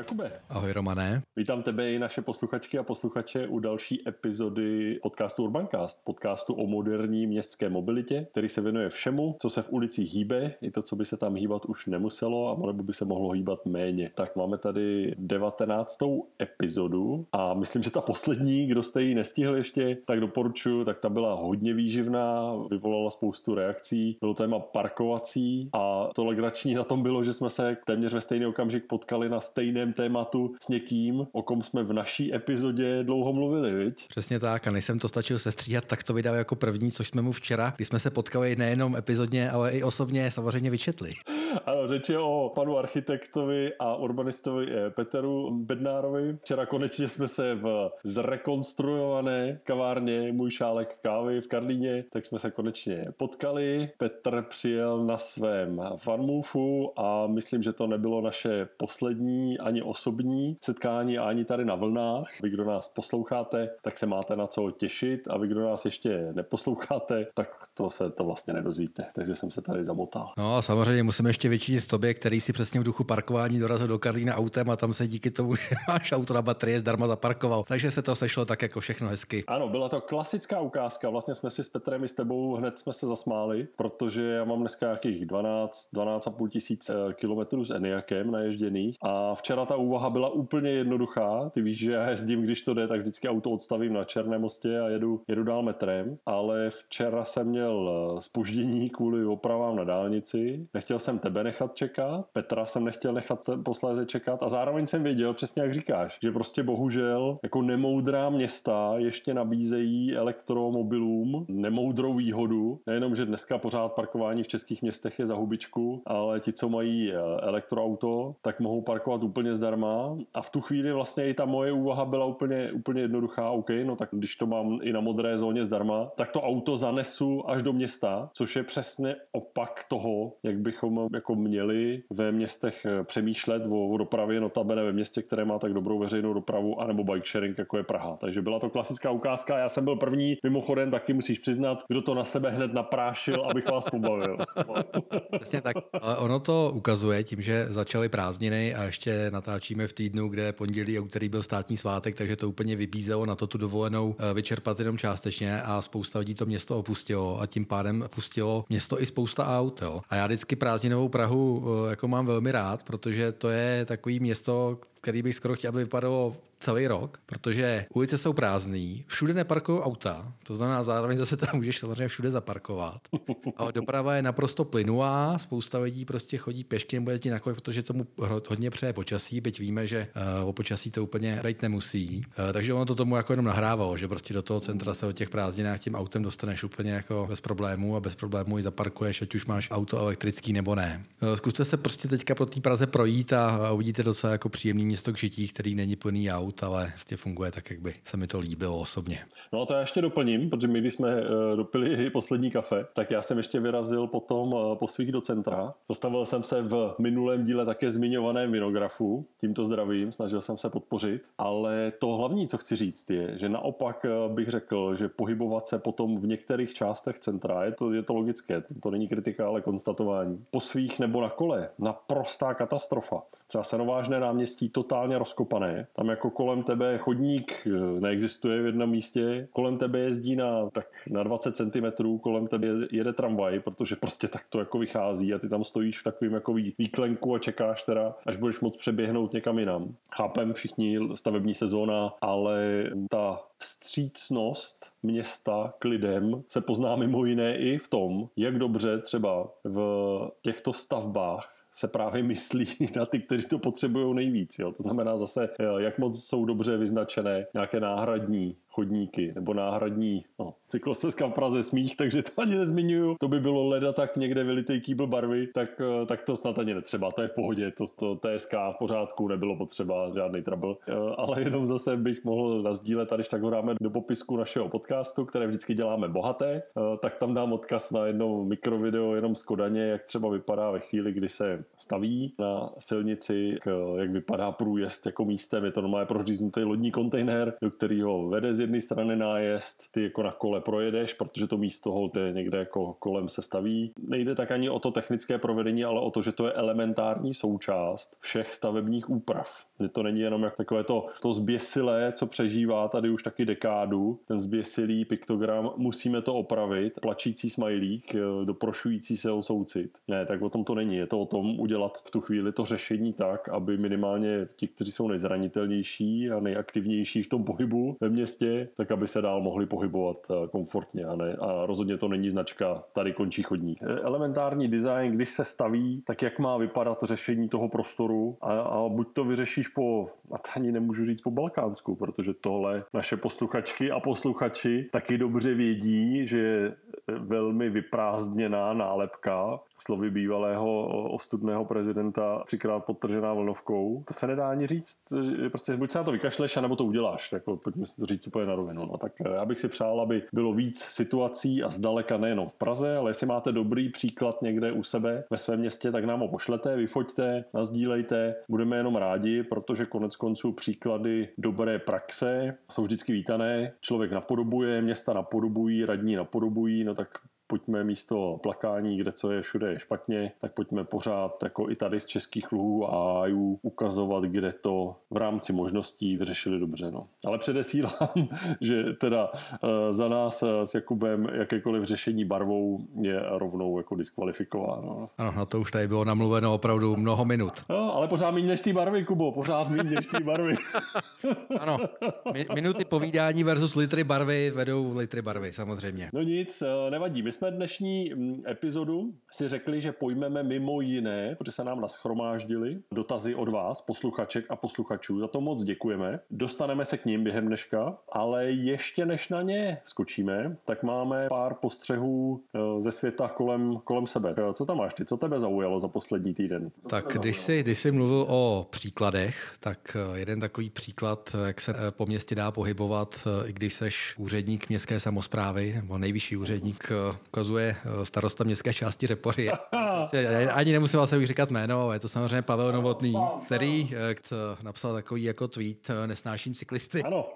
Jakube. Ahoj Romane. Vítám tebe i naše posluchačky a posluchače u další epizody podcastu Urbancast, podcastu o moderní městské mobilitě, který se věnuje všemu, co se v ulicích hýbe, i to, co by se tam hýbat už nemuselo a nebo by se mohlo hýbat méně. Tak máme tady 19. epizodu a myslím, že ta poslední, kdo jste ji nestihl ještě, tak doporučuji, tak ta byla hodně výživná, vyvolala spoustu reakcí, bylo téma parkovací a to legrační na tom bylo, že jsme se téměř ve stejný okamžik potkali na stejném tématu s někým, o kom jsme v naší epizodě dlouho mluvili, viď? Přesně tak, a než jsem to stačil sestříhat, tak to vydal jako první, což jsme mu včera, když jsme se potkali nejenom epizodně, ale i osobně samozřejmě vyčetli. Ano, řeč je o panu architektovi a urbanistovi Peteru Bednárovi. Včera konečně jsme se v zrekonstruované kavárně Můj šálek kávy v Karlíně, tak jsme se konečně potkali. Petr přijel na svém fanmoofu a myslím, že to nebylo naše poslední ani osobní setkání a ani tady na vlnách. Vy, kdo nás posloucháte, tak se máte na co těšit a vy, kdo nás ještě neposloucháte, tak to vlastně nedozvíte. Takže jsem se tady zamotal. No a samozřejmě musíme ještě vyčinit tobě, který si přesně v duchu parkování dorazil do Karlína autem a tam se díky tomu, že máš auto na baterie, zdarma zaparkoval. Takže se to sešlo tak jako všechno hezky. Ano, byla to klasická ukázka. Vlastně jsme si s Petrem i s tebou hned jsme se zasmáli, protože já mám dneska nějakých 12,5 tisíc kilometrů s Enyaqem naježděných a včera ta úvaha byla úplně jednoduchá. Ty víš, že já jezdím, když to jde, tak vždycky auto odstavím na Černém mostě a jedu dál metrem, ale včera jsem měl zpoždění kvůli opravám na dálnici. Nechtěl jsem tebe nechat čekat, Petra jsem nechtěl nechat posléze čekat a zároveň jsem věděl, přesně jak říkáš, že prostě bohužel jako nemoudrá města ještě nabízejí elektromobilům nemoudrou výhodu. Nejenom, že dneska pořád parkování v českých městech je za hubičku, ale ti, co mají elektroauto, tak mohou parkovat úplně zdarma a v tu chvíli vlastně i ta moje úvaha byla úplně jednoduchá. OK, no tak když to mám i na modré zóně zdarma, tak to auto zanesu až do města, což je přesně opak toho, jak bychom jako měli ve městech přemýšlet o dopravě, notabene ve městě, které má tak dobrou veřejnou dopravu, anebo bike sharing, jako je Praha. Takže byla to klasická ukázka, já jsem byl první, mimochodem taky musíš přiznat, kdo to na sebe hned naprášil, abych vás pobavil. Přesně tak. Ale ono to ukazuje tím, že začaly prázdniny a ještě natáčíme v týdnu, kde pondělí a úterý byl státní svátek, takže to úplně vybízelo na to tu dovolenou vyčerpat jenom částečně a spousta lidí to město opustilo a tím pádem opustilo město i spousta aut. Jo. A já vždycky prázdninovou Prahu jako mám velmi rád, protože to je takový město, který bych skoro chtěl, aby vypadalo celý rok, protože ulice jsou prázdný, všude neparkují auta, to znamená zároveň zase tam můžeš samozřejmě všude zaparkovat. Ale doprava je naprosto plynulá, spousta lidí prostě chodí pěšky nebo jezdí na kole, protože tomu hodně přeje počasí, byť víme, že o počasí to úplně být nemusí. Takže ono to tomu jako jenom nahrávalo, že prostě do toho centra se o těch prázdninách tím autem dostaneš úplně jako bez problémů a bez problémů i zaparkuješ, ať už máš auto elektrický nebo ne. Zkuste se prostě teďka pro té Praze projít a uvidíte docela jako příjemný město k žití, který není plný aut, ale vlastně funguje tak, jak by se mi to líbilo osobně. No to já ještě doplním, protože my, když jsme dopili poslední kafe, tak já jsem ještě vyrazil potom po svých do centra. Zastavil jsem se v minulém díle také zmiňovaném Vinografu, tímto zdravím, snažil jsem se podpořit, ale to hlavní, co chci říct, je, že naopak bych řekl, že pohybovat se potom v některých částech centra, je to logické, to není kritika, ale konstatování. Po svých nebo na kole, naprostá katastrofa. Třeba Senovážné náměstí totálně rozkopané, tam jako kolem tebe chodník neexistuje v jednom místě, kolem tebe jezdí na 20 cm, kolem tebe jede tramvaj, protože prostě tak to jako vychází a ty tam stojíš v takovém jako výklenku a čekáš teda, až budeš moct přeběhnout někam jinam. Chápem všichni stavební sezóna, ale ta vstřícnost města k lidem se pozná mimo jiné i v tom, jak dobře třeba v těchto stavbách se právě myslí na ty, kteří to potřebují nejvíc. Jo. To znamená zase, jak moc jsou dobře vyznačené nějaké náhradní chodníky nebo náhradní cyklostezka v Praze smích, takže to ani nezmiňuju. To by bylo leda tak někde vylitej kýbl barvy, tak to snad ani netřeba. To je v pohodě, to TSK v pořádku, nebylo potřeba, žádný trouble. Ale jenom zase bych mohl nazdílet, a když tak ho dáme do popisku našeho podcastu, které vždycky děláme bohaté, tak tam dám odkaz na jedno mikrovideo jenom z Kodaně, jak třeba vypadá ve chvíli, kdy se staví na silnici, jak vypadá průjezd jako místem. Je to normálně proříznutý lodní kontejner, do kterého vede jedné strany nájezd, ty jako na kole projedeš, protože to místo holt je někde jako kolem se staví. Nejde tak ani o to technické provedení, ale o to, že to je elementární součást všech stavebních úprav. Že to není jenom jak takové to zběsilé, co přežívá tady už taky dekádu, ten zběsilý piktogram, musíme to opravit, plačící smajlík, doprošující se o soucit. Ne, tak o tom to není. Je to o tom udělat v tu chvíli to řešení tak, aby minimálně ti, kteří jsou nejzranitelnější a nejaktivnější v tom pohybu ve městě, tak aby se dál mohli pohybovat komfortně. A rozhodně to není značka, tady končí chodník. Elementární design, když se staví, tak jak má vypadat řešení toho prostoru a buď to vyřešíš a ani nemůžu říct po balkánsku, protože tohle naše posluchačky a posluchači taky dobře vědí, že je velmi vyprázdněná nálepka, slovy bývalého ostudného prezidenta 3krát podtržená vlnovkou. To se nedá ani říct, prostě buď se na to vykašleš, anebo to uděláš. Tak pojďme si to říct úplně na rovinu. No, tak já bych si přál, aby bylo víc situací a zdaleka nejenom v Praze, ale jestli máte dobrý příklad někde u sebe ve svém městě, tak nám ho pošlete, vyfoťte, nasdílejte. Budeme jenom rádi, protože konec konců příklady dobré praxe jsou vždycky vítané. Člověk napodobuje, města napodobují, radní napodobují, no tak pojďme místo plakání, kde co je všude je špatně, tak pojďme pořád jako i tady z českých luhů a hájů ukazovat, kde to v rámci možností vyřešili dobře. No. Ale předesílám, že teda za nás s Jakubem jakékoliv řešení barvou je rovnou jako diskvalifikováno. Ano, na to už tady bylo namluveno opravdu mnoho minut. No, ale pořád méně než ty barvy, Kubo, pořád méně než ty barvy. Ano, minuty povídání versus litry barvy vedou litry barvy, samozřejmě. No nic, nevadí. My jsme dnešní epizodu si řekli, že pojmeme mimo jiné, protože se nám nashromáždili dotazy od vás, posluchaček a posluchačů. Za to moc děkujeme. Dostaneme se k ním během dneška, ale ještě než na ně skočíme, tak máme pár postřehů ze světa kolem sebe. Co tam máš ty? Co tebe zaujalo za poslední týden? Tak když jsi mluvil o příkladech, tak jeden takový příklad, jak se po městě dá pohybovat, i když seš úředník městské samosprávy, nebo nejvyšší úředník, ukazuje starosta městské části Řepory. Ani nemusím vlastně už říkat jméno, je to samozřejmě Pavel Novotný, který napsal takový jako tweet: nesnáším cyklisty. Ano.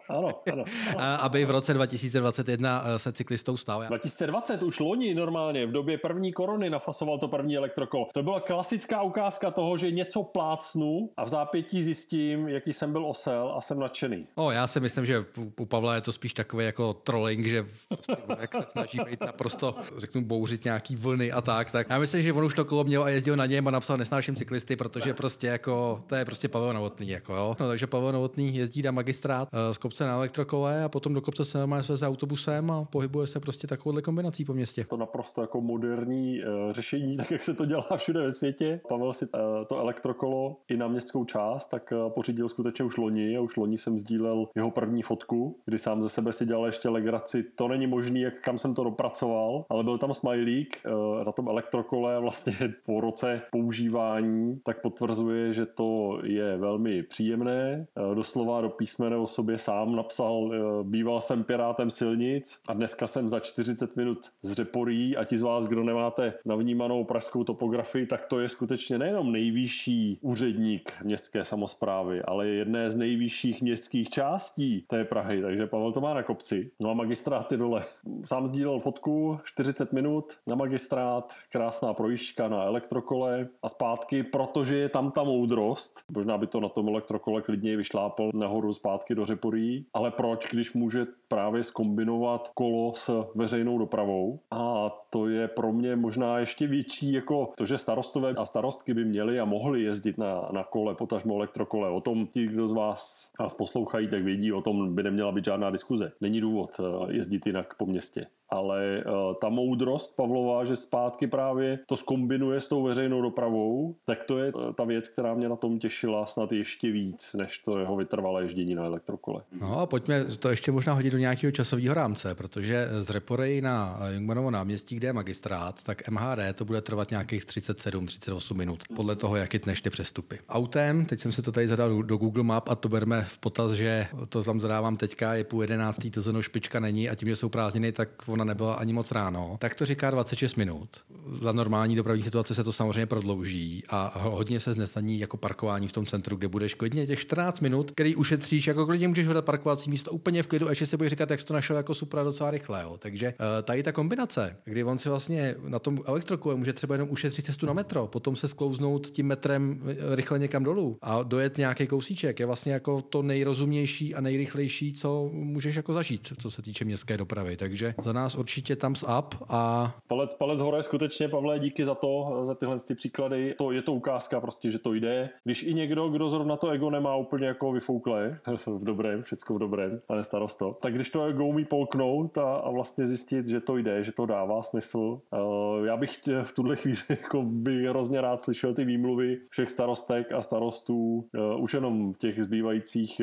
Aby v roce 2021 se cyklistou stal. 2020 už loni normálně, v době první korony nafasoval to první elektrokolo. To byla klasická ukázka toho, že něco plácnu a v zápětí zjistím, jaký jsem byl osel a jsem nadšený. Já si myslím, že u Pavla je to spíš takový jako trolling, že prostě, jak se snaží být naprosto, řeknu, bouřit nějaký vlny a tak já myslím, že on už to kolo měl a jezdil na něm a napsal nesnáším cyklisty, protože prostě jako to je prostě Pavel Novotný, jako jo. No, takže Pavel Novotný jezdí na magistrát z kopce na elektrokole a potom do kopce se normálně sveze autobusem a pohybuje se prostě takovouhle kombinací po městě. To naprosto jako moderní řešení, tak jak se to dělá všude ve světě. Pavel si to elektrokolo i na městskou část tak pořídil skutečně už loni a už loni jsem sdílel jeho první fotku, kdy sám ze sebe si dělal ještě legraci. To není možný, jak kam jsem to dopracoval, ale byl tam smajlík na tom elektrokole vlastně po roce používání, tak potvrzuje, že to je velmi příjemné. Doslova do písmene o sobě sám napsal: býval jsem pirátem silnic a dneska jsem za 40 minut z Řeporí, a ti z vás, kdo nemáte navnímanou pražskou topografii, tak to je skutečně nejenom nejvyšší úředník městské samosprávy, ale je jedné z nejvyšších městských částí té Prahy, takže Pavel to má na kopci. No a magistráty dole. Sám sdílel fotku, 40 minut na magistrát, krásná projížďka na elektrokole a zpátky, protože je tam ta moudrost. Možná by to na tom elektrokole klidněji vyšlápal nahoru zpátky do Řeporí, ale proč, když může právě zkombinovat kolo s veřejnou dopravou? A to je pro mě možná ještě větší jako to, že starostové a starostky by měli a mohli jezdit na kole, potažmo elektrokole. O tom ti, kdo z vás poslouchají, tak vědí, o tom by neměla být žádná diskuze. Není důvod jezdit jinak po městě. Ale ta moudrost Pavlova, že zpátky právě to zkombinuje s tou veřejnou dopravou, tak to je ta věc, která mě na tom těšila snad ještě víc, než to jeho vytrvalé ježdění na elektrokole. No a pojďme to ještě možná hodit do nějakého časového rámce, protože z Řepory na Jungmannovo náměstí, kde je magistrát, tak MHD to bude trvat nějakých 37-38 minut, podle toho, jak chytneš ty přestupy. Autem, teď jsem se to tady zadal do Google Map a to berme v potaz, že to tam zadávám teďka, je 10:30, to zeno špička není a tím, že jsou prázdniny, tak ona nebyla ani moc ráno, tak to říká 26 minut. Za normální dopravní situace se to samozřejmě prodlouží a hodně se znesnadní jako parkování v tom centru, kde budeš klidně těch 14 minut, který ušetříš, jako klidně můžeš hledat parkovací místo úplně v klidu a ještě si budeš říkat, jak jsi to našel jako super docela rychle. Jo. Takže tady ta kombinace, kdy on si vlastně na tom elektrokole může třeba jenom ušetřit cestu na metro, potom se sklouznout tím metrem rychle někam dolů a dojet nějaký kousíček, je vlastně jako to nejrozumnější a nejrychlejší, co můžeš jako zažít, co se týče městské dopravy. Takže za nás určitě thumbs up a palec hore skutečně, Pavle, díky za tyhle příklady. Je to ukázka prostě, že to jde. Když i někdo, kdo zrovna to ego nemá úplně jako vyfouklé, v dobrém, všecko v dobrém, pane starosto, tak když to ego umí polknout a vlastně zjistit, že to jde, že to dává smysl. Já bych v tuhle chvíli jako by hrozně rád slyšel ty výmluvy všech starostek a starostů, už jenom těch zbývajících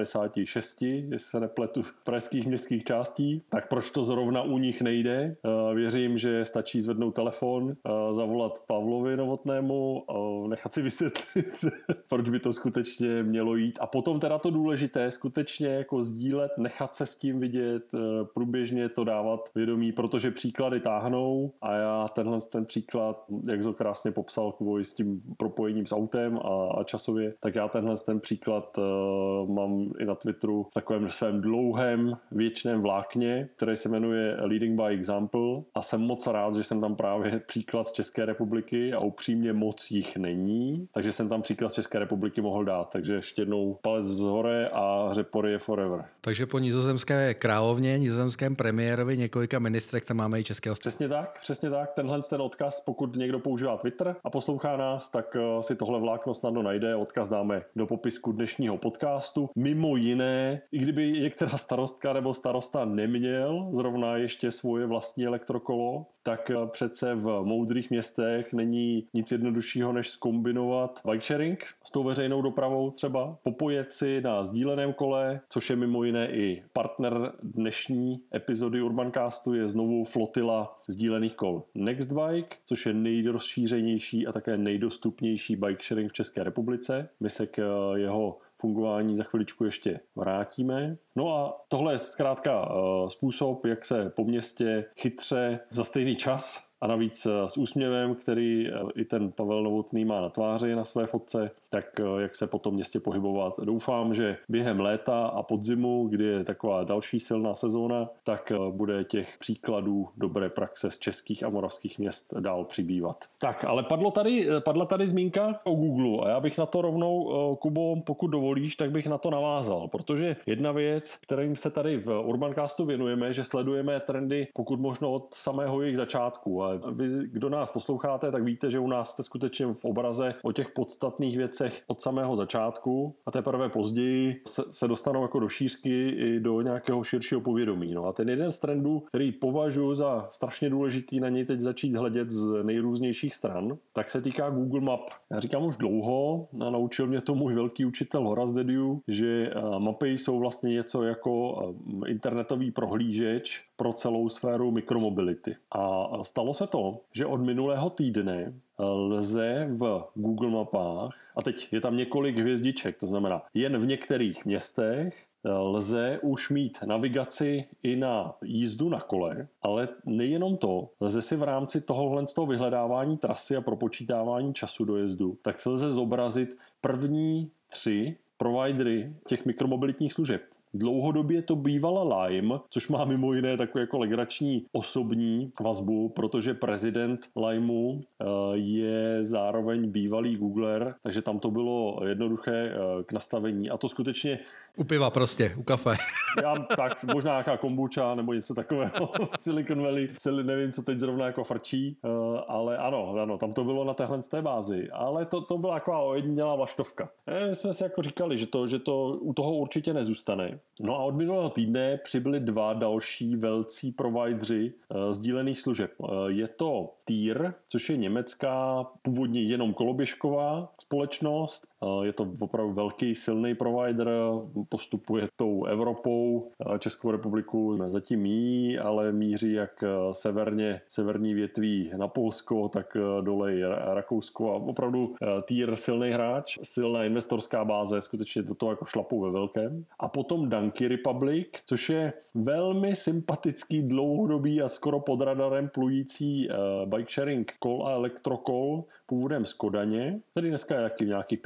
56, jestli se nepletu, pražských městských částí, tak proč to zrovna u nich nejde? Věřím, že stačí zvednout telefon, zavolat Pavlovi Novotnému, nechat si vysvětlit, proč by to skutečně mělo jít. A potom teda to důležité, skutečně jako sdílet, nechat se s tím vidět, průběžně to dávat vědomí, protože příklady táhnou a já ten příklad, jak to krásně popsal Kvůj s tím propojením s autem a časově, tak já ten příklad mám i na Twitteru v takovém svém dlouhém věčném vlákně, který se jmenuje Leading by Example a jsem moc rád, že jsem tam právě příklad z České republiky a upřímně moc jich není, takže jsem tam příklad z České republiky mohl dát. Takže ještě jednou palec z hore a Řepory je forever. Takže po nizozemské královně, nizozemském premiérovi, několika ministrech tam máme i českého. Přesně tak. Ten odkaz, pokud někdo používá Twitter a poslouchá nás, tak si tohle vlákno snadno najde. Odkaz dáme do popisku dnešního podcastu. Mimo jiné, i kdyby některá starostka nebo starosta neměl zrovna ještě svoje vlastní elektrokolo, tak přece v moudrých městech není nic jednoduššího, než zkombinovat bike sharing s tou veřejnou dopravou třeba. Popojet si na sdíleném kole, což je mimo jiné i partner dnešní epizody Urbancastu, je znovu flotila sdílených kol Nextbike, což je nejrozšířenější a také nejdostupnější bike sharing v České republice. My se k jeho fungování za chviličku ještě vrátíme. No a tohle je zkrátka způsob, jak se po městě chytře za stejný čas a navíc s úsměvem, který i ten Pavel Novotný má na tváři na své fotce, tak jak se po tom městě pohybovat. Doufám, že během léta a podzimu, kdy je taková další silná sezóna, tak bude těch příkladů dobré praxe z českých a moravských měst dál přibývat. Tak, ale padla tady zmínka o Google a já bych na to rovnou, Kubo, pokud dovolíš, tak bych na to navázal, protože jedna věc, kterým se tady v Urbancastu věnujeme, že sledujeme trendy pokud možno od samého jejich začátku. A vy, kdo nás posloucháte, tak víte, že u nás jste skutečně v obraze o těch podstatných věcech od samého začátku a teprve později se dostanou jako do šířky i do nějakého širšího povědomí. No a ten jeden z trendů, který považuji za strašně důležitý na něj teď začít hledět z nejrůznějších stran, tak se týká Google Map. Já říkám už dlouho a naučil mě to můj velký učitel Horace Dediu, že mapy jsou vlastně něco jako internetový prohlížeč pro celou sféru mikromobility. A stalo se to, že od minulého týdne lze v Google mapách, a teď je tam několik hvězdiček, to znamená jen v některých městech, lze už mít navigaci i na jízdu na kole, ale nejenom to, lze si v rámci tohohle z toho vyhledávání trasy a propočítávání času dojezdu, tak se lze zobrazit první 3 providery těch mikromobilitních služeb. Dlouhodobě to bývala Lime, což má mimo jiné takovou jako legrační osobní vazbu, protože prezident Limeu je zároveň bývalý Googler, takže tam to bylo jednoduché k nastavení a to skutečně... U piva prostě, u kafe. Tak možná nějaká kombucha nebo něco takového. Silicon Valley, nevím, co teď zrovna jako frčí, ale ano, tam to bylo na téhle z té bázi, ale to byla taková ojedinělá vlaštovka. My jsme si jako říkali, že to u toho určitě nezůstane. No a od minulého týdne přibyly 2 další velcí provideři sdílených služeb. Je to TIER, což je německá, původně jenom koloběžková společnost. Je to opravdu velký, silný provider, postupuje tou Evropou. Českou republiku zatím míjí, ale míří jak severní větví na Polsko, tak dole i Rakousko. A opravdu TIER silný hráč, silná investorská báze, skutečně do toho jako šlapou ve velkém. A potom Donkey Republic, což je velmi sympatický, dlouhodobý a skoro pod radarem plující bike sharing kol a elektrokol původem z Kodaně, který dneska je taky v nějakých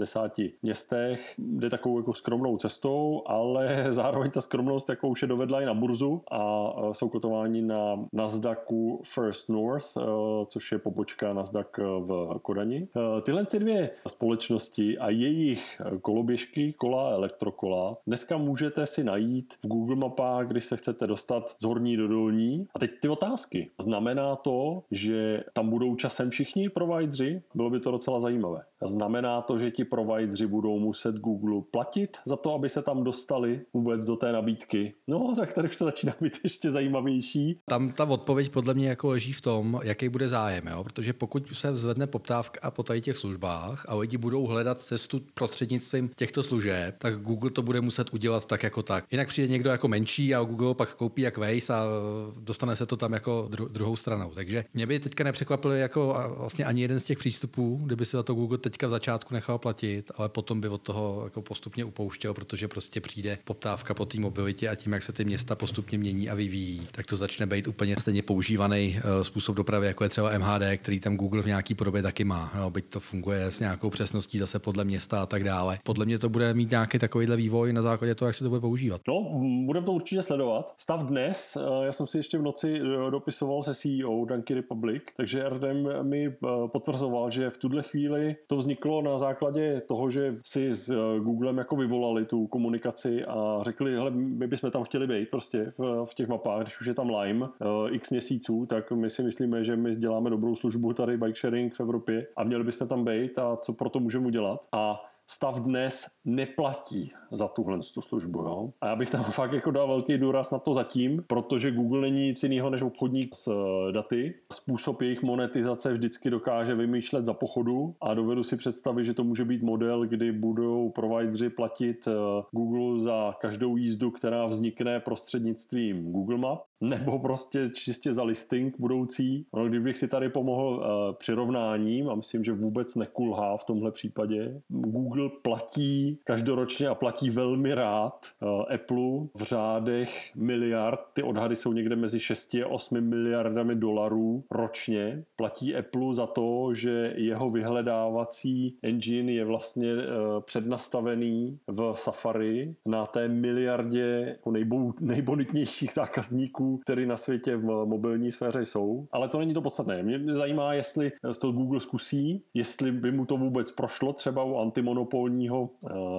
75 městech, jde takovou jako skromnou cestou, ale zároveň ta skromnost jako už je dovedla i na burzu a jsou kotováni na Nasdaqu First North, což je pobočka Nasdaq v Kodani. Tyhle dvě společnosti a jejich koloběžky, kola a elektrokola dneska můžete si najít v Google mapách, když se chcete dostat z horní do dolní. A teď ty otázky. Znamená to, že tam budou časem všichni provideri? Bylo by to docela zajímavé. Znamená to, že ti provideri budou muset Google platit za to, aby se tam dostali vůbec do té nabídky? No, tak tady už to začíná být ještě zajímavější. Tam ta odpověď podle mě jako leží v tom, jaký bude zájem, jo? Protože pokud se zvedne poptávka po tady těch službách a lidi budou hledat cestu prostřednictvím těchto služeb, tak Google to bude muset udělat tak jako tak. Jinak přijde někdo jako menší a Google pak koupí jak Waze a dostane se to tam jako druhou stranou. Takže mě by teďka nepřekvapilo jako vlastně ani jeden z těch přístupů, kdyby se za to Google teďka v začátku nechal platit, ale potom by od toho jako postupně upouštěl, protože prostě přijde poptávka po té mobilitě a tím, jak se ty města postupně mění a vyvíjí, tak to začne být úplně stejně používaný způsob dopravy, jako je třeba MHD, který tam Google v nějaký podobě taky má. Jo, byť to funguje s nějakou přesností zase podle města a tak dále. Podle mě to bude mít nějaký takovýhle vývoj na základě toho, jak se to bude používat. No, budeme to určitě sledovat. Stav dnes, já jsem si ještě v noci dopisoval se CEO Donkey Republic, takže Erdem mi potvrzoval, že v tuhle chvíli to vzniklo na základě toho, že si s Googlem jako vyvolali tu komunikaci a řekli, hele, my bychom tam chtěli být prostě v těch mapách, když už je tam Lime x měsíců, tak my si myslíme, že my děláme dobrou službu tady bike sharing v Evropě a měli bychom tam být a co pro to můžeme udělat. A stav dnes neplatí za tuhle službu. Jo? A já bych tam fakt jako dal velký důraz na to zatím, protože Google není nic jiného než obchodník s daty. Způsob jejich monetizace vždycky dokáže vymýšlet za pochodu a dovedu si představit, že to může být model, kdy budou provideri platit Google za každou jízdu, která vznikne prostřednictvím Google Map, nebo prostě čistě za listing budoucí. No, kdybych si tady pomohl přirovnáním, a myslím, že vůbec nekulhá v tomhle případě, Google platí každoročně a platí velmi rád Apple v řádech miliard, ty odhady jsou někde mezi 6 a 8 miliardami dolarů ročně. Platí Apple za to, že jeho vyhledávací engine je vlastně přednastavený v Safari na té miliardě nejbonitnějších zákazníků, který na světě v mobilní sféře jsou. Ale to není to podstatné. Mě zajímá, jestli to Google zkusí, jestli by mu to vůbec prošlo třeba u antimonopolního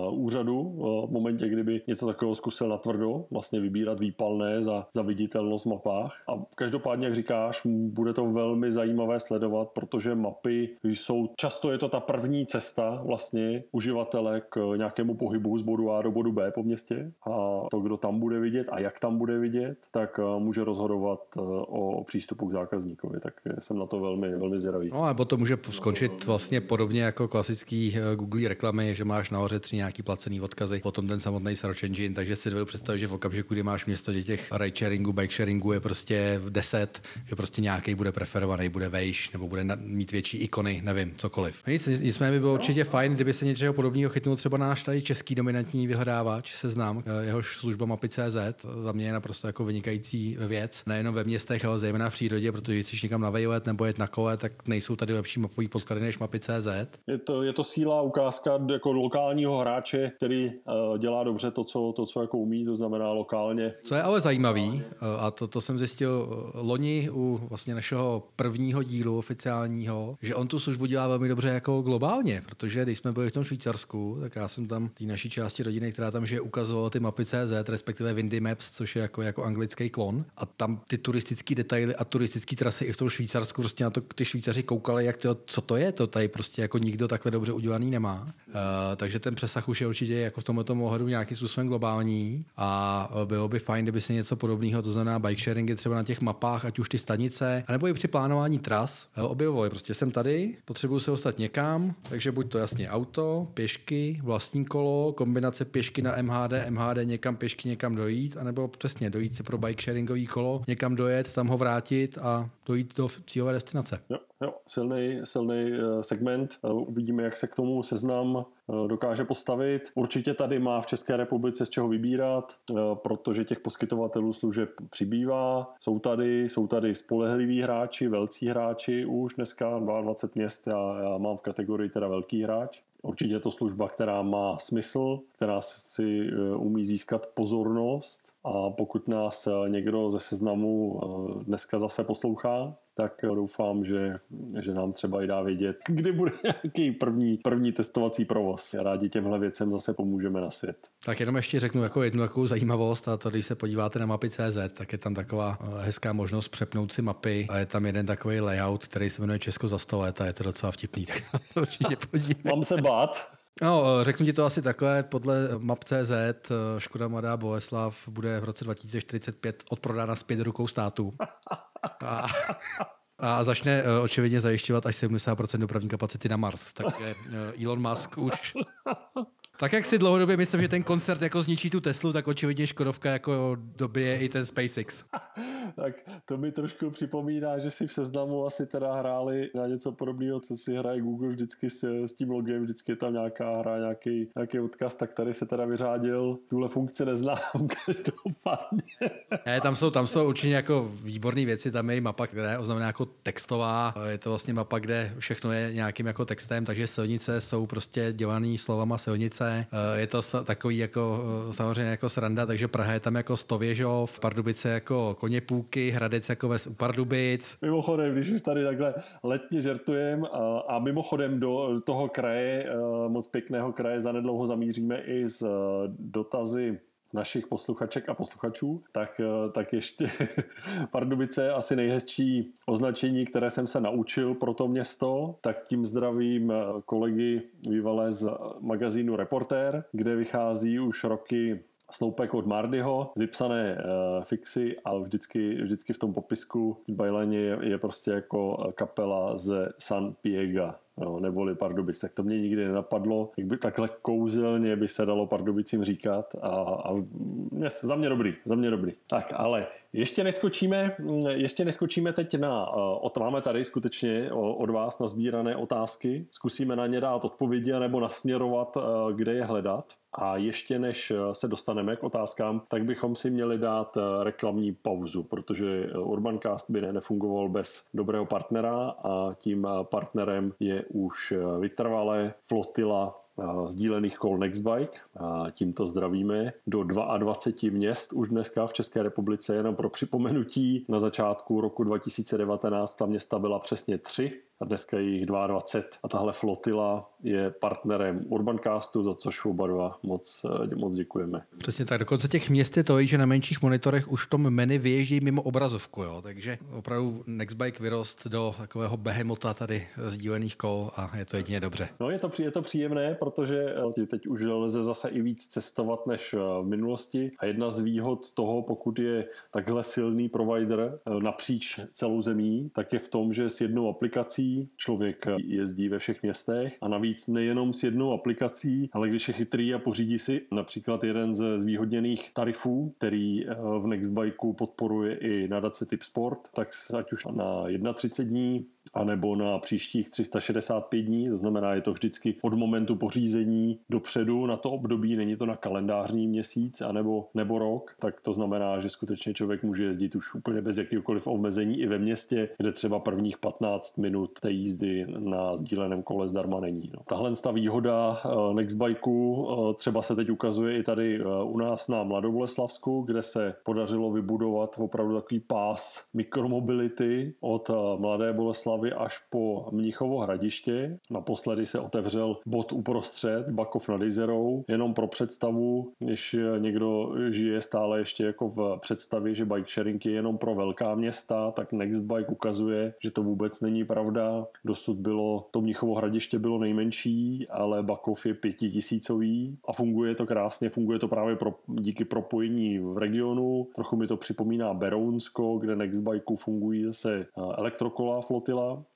úřadu v momentě, kdyby něco takového zkusil natvrdo, vlastně vybírat výpalné za viditelnost v mapách. A každopádně, jak říkáš, bude to velmi zajímavé sledovat, protože mapy jsou, často je to ta první cesta vlastně uživatele k nějakému pohybu z bodu A do bodu B po městě a to, kdo tam bude vidět a jak tam bude vidět, tak může rozhodovat o přístupu k zákazníkovi, tak jsem na to velmi, velmi zvědavý. No, nebo to může skončit vlastně podobně jako klasický Google reklamy, že máš nahoře 3 nějaký placený odkazy, potom ten samotný search engine, takže si dovedu představit, že v okamžiku, kdy máš město těch ride sharingu, bike sharingu je prostě 10, že prostě nějaký bude preferovaný, bude vejš, nebo bude mít větší ikony, nevím, cokoliv. Nicméně by bylo určitě fajn, kdyby se něčeho podobného chytnul třeba náš tady český dominantní vyhledávač, Seznam, jehož služba mapy.cz, za mě je naprosto jako vynikající věc, nejenom ve městech, ale zejména v přírodě, protože když chceš někam na vejlet nebo jet na kole, tak nejsou tady lepší mapový podklady než mapy.cz. Je to síla ukázka jako lokálního hráče, který dělá dobře to, co jako umí, to znamená lokálně. Co je ale zajímavý, a to jsem zjistil loni u vlastně našeho prvního dílu oficiálního, že on tu službu dělá velmi dobře jako globálně, protože když jsme byli v tom Švýcarsku, tak já jsem tam té naší části rodiny, která tam žije, ukazovala ty mapy.cz, respektive Windy Maps, což je jako anglický klon. A tam ty turistické detaily a turistické trasy i v tom Švýcarsku prostě na to ty Švýcaři koukali, jak co to je, to tady prostě jako nikdo takhle dobře udělaný nemá. Takže ten přesah už je určitě jako v tomto ohledu nějakým způsobem globální a bylo by fajn, kdyby se něco podobného, to znamená bike sharingy třeba na těch mapách, ať už ty stanice, anebo i při plánování tras, objevovali. Prostě jsem tady, potřebuju se dostat někam, takže buď to jasně auto, pěšky, vlastní kolo, kombinace pěšky na MHD někam pěšky někam dojít, anebo přesně dojít si pro bike sharingový kolo, někam dojet, tam ho vrátit a dojít do cílové destinace. Jo. Jo, silný segment. Uvidíme, jak se k tomu Seznam dokáže postavit. Určitě tady má v České republice z čeho vybírat, protože těch poskytovatelů služeb přibývá. Jsou tady spolehliví hráči, velcí hráči už dneska 22 měst. Já mám v kategorii teda velký hráč. Určitě je to služba, která má smysl, která si umí získat pozornost, a pokud nás někdo ze Seznamu dneska zase poslouchá, tak doufám, že nám třeba i dá vědět, kdy bude nějaký první testovací provoz. Rádi těmhle věcem zase pomůžeme na svět. Tak jenom ještě řeknu jako jednu takovou zajímavost, a to když se podíváte na mapy.cz, tak je tam taková hezká možnost přepnout si mapy a je tam jeden takový layout, který se jmenuje Česko za 100 let a je to docela vtipný, tak to určitě podívejte. Mám se bát. No, řeknu ti to asi takhle, podle map.cz Škoda Mladá Boleslav bude v roce 2045 odprodána zpět do rukou státu. A začne očividně zajišťovat až 70% dopravní kapacity na Mars. Takže Elon Musk už... Tak jak si dlouhodobě myslím, že ten koncert jako zničí tu Teslu, tak očividně Škodovka jako dobije i ten SpaceX. Tak to mi trošku připomíná, že si v Seznamu asi teda hráli na něco podobného, co si hraje Google vždycky s tím logem, vždycky je tam nějaká hra, nějaký odkaz, tak tady se teda vyřádil. Tuhle funkci neznám každopádně. Tam jsou určitě jako výborné věci, tam je i mapa, která je oznamená jako textová, je to vlastně mapa, kde všechno je nějakým jako textem, takže silnice jsou prostě dělaný slovama silnice. Je to takový jako samozřejmě jako sranda, takže Praha je tam jako Stověžov, Pardubice jako Koněpůky, Hradec jako Ves u Pardubic. Mimochodem, když už tady takhle letně žertujem a mimochodem do toho kraje, moc pěkného kraje, zanedlouho zamíříme i s dotazy našich posluchaček a posluchačů, tak ještě Pardubice je asi nejhezčí označení, které jsem se naučil pro to město, tak tím zdravím kolegy bývalé z magazínu Reportér, kde vychází už roky sloupek od Mardyho, vypsané fixy, ale vždycky v tom popisku byline je prostě jako kapela ze San Piega. No, neboli Pardubic, tak to mě nikdy nenapadlo. Jak by takhle kouzelně by se dalo Pardubicím říkat a za mě dobrý. Tak, ale ještě neskočíme teď máme tady skutečně od vás nazbírané otázky. Zkusíme na ně dát odpovědi nebo nasměrovat, kde je hledat. A ještě než se dostaneme k otázkám, tak bychom si měli dát reklamní pauzu, protože Urbancast by nefungoval bez dobrého partnera a tím partnerem je už vytrvalé flotila sdílených kol Nextbike. A tímto zdravíme do 22 měst už dneska v České republice. Jenom pro připomenutí, na začátku roku 2019 ta města byla přesně 3 a dneska je jich 22. A tahle flotila je partnerem Urbancastu, za což oba dva moc děkujeme. Přesně tak, dokonce těch měst je to, že na menších monitorech už v tom menu vyježdí mimo obrazovku, jo? Takže opravdu Nextbike vyrost do takového behemota tady sdílených kol a je to jedině dobře. No je to příjemné, protože teď už lze zase i víc cestovat než v minulosti a jedna z výhod toho, pokud je takhle silný provider napříč celou zemí, tak je v tom, že s jednou aplikací člověk jezdí ve všech městech a navíc nejenom s jednou aplikací, ale když je chytrý a pořídí si například jeden ze zvýhodněných tarifů, který v Nextbikeu podporuje i nadace Tip Sport, tak ať už na 31 dní anebo na příštích 365 dní, to znamená, je to vždycky od momentu pořízení dopředu na to období, není to na kalendářní měsíc nebo rok, tak to znamená, že skutečně člověk může jezdit už úplně bez jakýkoliv omezení i ve městě, kde třeba prvních 15 minut té jízdy na sdíleném kole zdarma není. No. Tahle výhoda Nextbikeu třeba se teď ukazuje i tady u nás na Mladoboleslavsku, kde se podařilo vybudovat opravdu takový pás mikromobility od Mladé Boleslavy až po Mnichovo Hradiště. Naposledy se otevřel bod uprostřed, Bakov nad Jizerou. Jenom pro představu, když někdo žije stále ještě jako v představě, že bike sharing je jenom pro velká města, tak Nextbike ukazuje, že to vůbec není pravda. Dosud to Mnichovo Hradiště bylo nejmenší, ale Bakov je 5000 a funguje to krásně, funguje to právě díky propojení v regionu. Trochu mi to připomíná Berounsko, kde Nextbikeu fungují zase elektrokola flotila.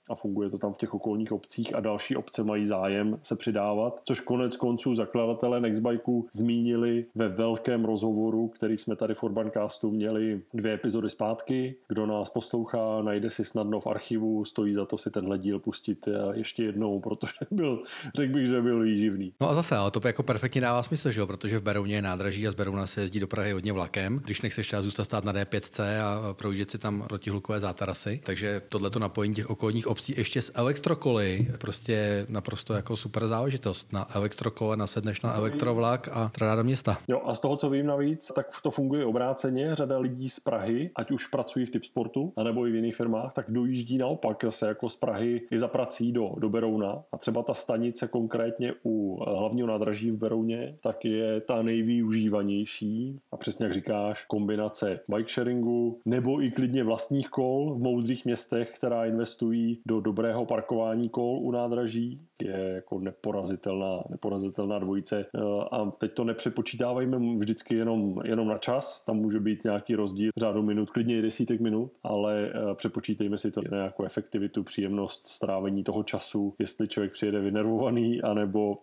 a funguje to tam v těch okolních obcích a další obce mají zájem se přidávat, což konec konců zakladatelé Nextbikeu zmínili ve velkém rozhovoru, který jsme tady v Urbancastu měli 2 epizody zpátky. Kdo nás poslouchá, najde si snadno v archivu, stojí za to si tenhle díl pustit ještě jednou, protože řekl bych, že byl výživný. No a zase, ale to jako perfektně dává smysl, že jo? Protože v Berouně je nádraží a z Berouna se jezdí do Prahy hodně vlakem, když nechceš třeba zůstat stát na D5C a projíždět si tam protihlukové zátarasy. Takže tohleto napojení těch okolních obcí ještě s elektrokoly, prostě naprosto jako super záležitost. Na elektrokole nasedneš na elektrovlak a tradá do města. Jo, a z toho, co vím navíc, tak to funguje obráceně. Řada lidí z Prahy, ať už pracují v Tipsportu, anebo i v jiných firmách, tak dojíždí naopak se jako z Prahy i za prací do Berouna. A třeba ta stanice konkrétně u hlavního nádraží v Berouně, tak je ta nejvyužívanější. A přesně jak říkáš, kombinace bike sharingu nebo i klidně vlastních kol v moudrých městech, která investují do dobrého parkování kol u nádraží, je jako neporazitelná dvojice. A teď to nepřepočítávajme vždycky jenom na čas, tam může být nějaký rozdíl řádu minut, klidně i desítek minut, ale přepočítejme si to na nějakou efektivitu, příjemnost strávení toho času, jestli člověk přijede vynervovaný, anebo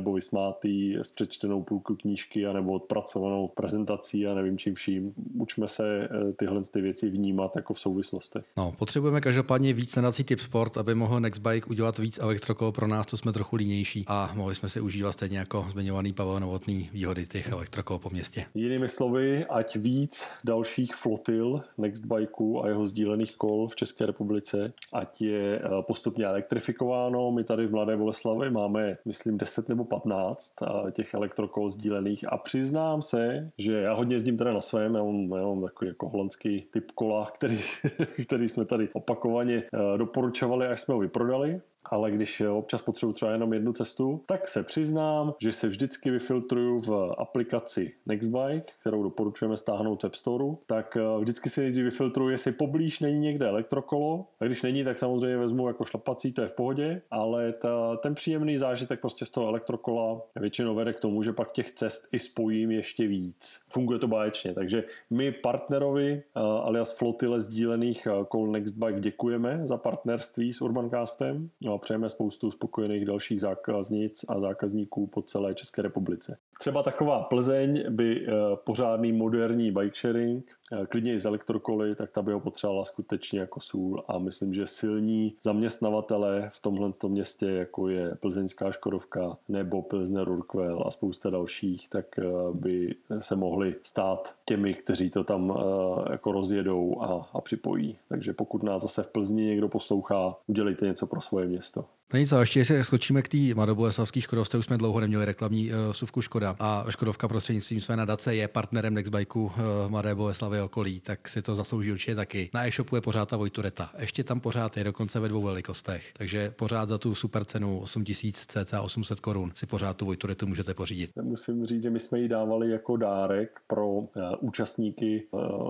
vysmátý s přečtenou půlku knížky, anebo odpracovanou prezentací a nevím čím vším. Učme se tyhle věci vnímat jako v souvislostech. No, potřebujeme každopádně víc nadací Tipsport, aby mohl Nextbike udělat víc elektrokol pro nás, to jsme trochu línější a mohli jsme si užívat stejně jako zmiňovaný Pavel Novotný výhody těch elektrokol po městě. Jinými slovy, ať víc dalších flotil Nextbikeu a jeho sdílených kol v České republice, ať je postupně elektrifikováno. My tady v Mladé Boleslavi máme, myslím, 10 nebo 15 těch elektrokol sdílených a přiznám se, že já hodně jezdím teda na svém, já mám takový jako holandský typ kola, který jsme tady opakovaně doporučovali, až jsme ho vyprodali. Ale když občas potřebuji třeba jenom jednu cestu, tak se přiznám, že se vždycky vyfiltruju v aplikaci Nextbike, kterou doporučujeme stáhnout z App Storeu, tak vždycky si nejdřív vyfiltruju, jestli poblíž není někde elektrokolo. A když není, tak samozřejmě vezmu jako šlapací, to je v pohodě, ale ten příjemný zážitek prostě z toho elektrokola většinou vede k tomu, že pak těch cest i spojím ještě víc. Funguje to báječně, takže my partnerovi alias flotile sdílených kol Nextbike děkujeme za partnerství s Urbancastem. A přejeme spoustu spokojených dalších zákaznic a zákazníků po celé České republice. Třeba taková Plzeň by pořádný moderní bike sharing, klidně i z elektrokoly, tak ta by ho potřebovala skutečně jako sůl a myslím, že silní zaměstnavatele v tomhle městě, jako je plzeňská Škodovka nebo Pilsner Urquell a spousta dalších, tak by se mohli stát těmi, kteří to tam jako rozjedou a připojí. Takže pokud nás zase v Plzni někdo poslouchá, udělejte něco pro svoje město. No nic, ale ještě se skočíme k té mladoboleslavské Škodovce, už jsme dlouho neměli reklamní vsuvku Škoda a Škodovka prostřednictvím své nadace je partnerem Nextbikeu v Mladé Boleslavi okolí, tak si to zaslouží určitě taky. Na e-shopu je pořád ta Vojtureta. Ještě tam pořád je dokonce ve 2 velikostech, takže pořád za tu super cenu 8000 cca 800 korun si pořád tu Vojturetu můžete pořídit. Musím říct, že my jsme ji dávali jako dárek pro účastníky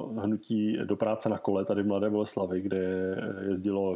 hnutí do práce na kole tady v Mladé Boleslavi, kde jezdilo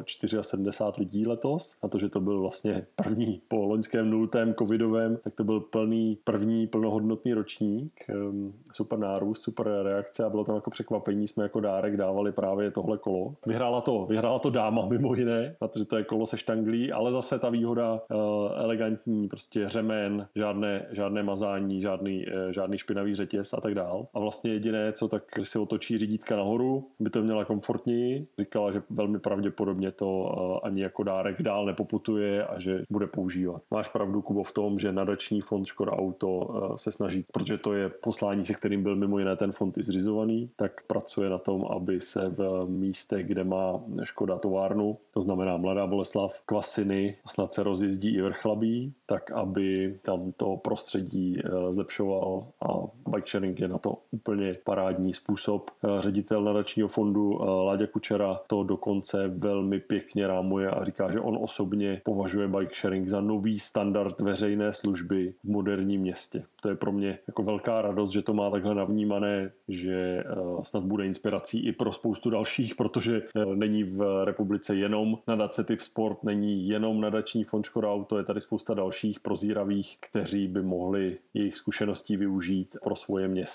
74 lidí letos, a to, že to byl vlastně první po loňském 0. covidovém, tak to byl první plnohodnotný ročník. Super nárůst, super reakce a bylo tam jako překvapení, jsme jako dárek dávali právě tohle kolo. Vyhrála to dáma mimo jiné, protože to je kolo se štanglí, ale zase ta výhoda elegantní, prostě řemen, žádné mazání, žádný špinavý řetěz a tak dál. A vlastně jediné, co tak, když si otočí řídítka nahoru, by to měla komfortněji. Říkala, že velmi pravděpodobně to ani jako dárek dál nepoputuje a že bude používat. Máš pravdu, Kubo, v tom, že nadační fond Škoda Auto se snaží, protože to je poslání, se kterým byl mimo jiné ten fond i zřizovaný, tak pracuje na tom, aby se v místech, kde má Škoda továrnu, to znamená Mladá Boleslav, Kvasiny, snad se rozjezdí i Vrchlabí, tak aby tam to prostředí zlepšoval a bike sharing je na to úplně parádní způsob. Ředitel nadačního fondu Láďa Kučera to dokonce velmi pěkně rámuje a říká, že on osobně považuje bike sharing za nový standard veřejné služby v moderním městě. To je pro mě jako velká radost, že to má takhle navnímané, že snad bude inspirací i pro spoustu dalších, protože není v republice jenom nadace Tipsport, není jenom nadační fond Škoda Auto, je tady spousta dalších prozíravých, kteří by mohli jejich zkušeností využít pro svoje města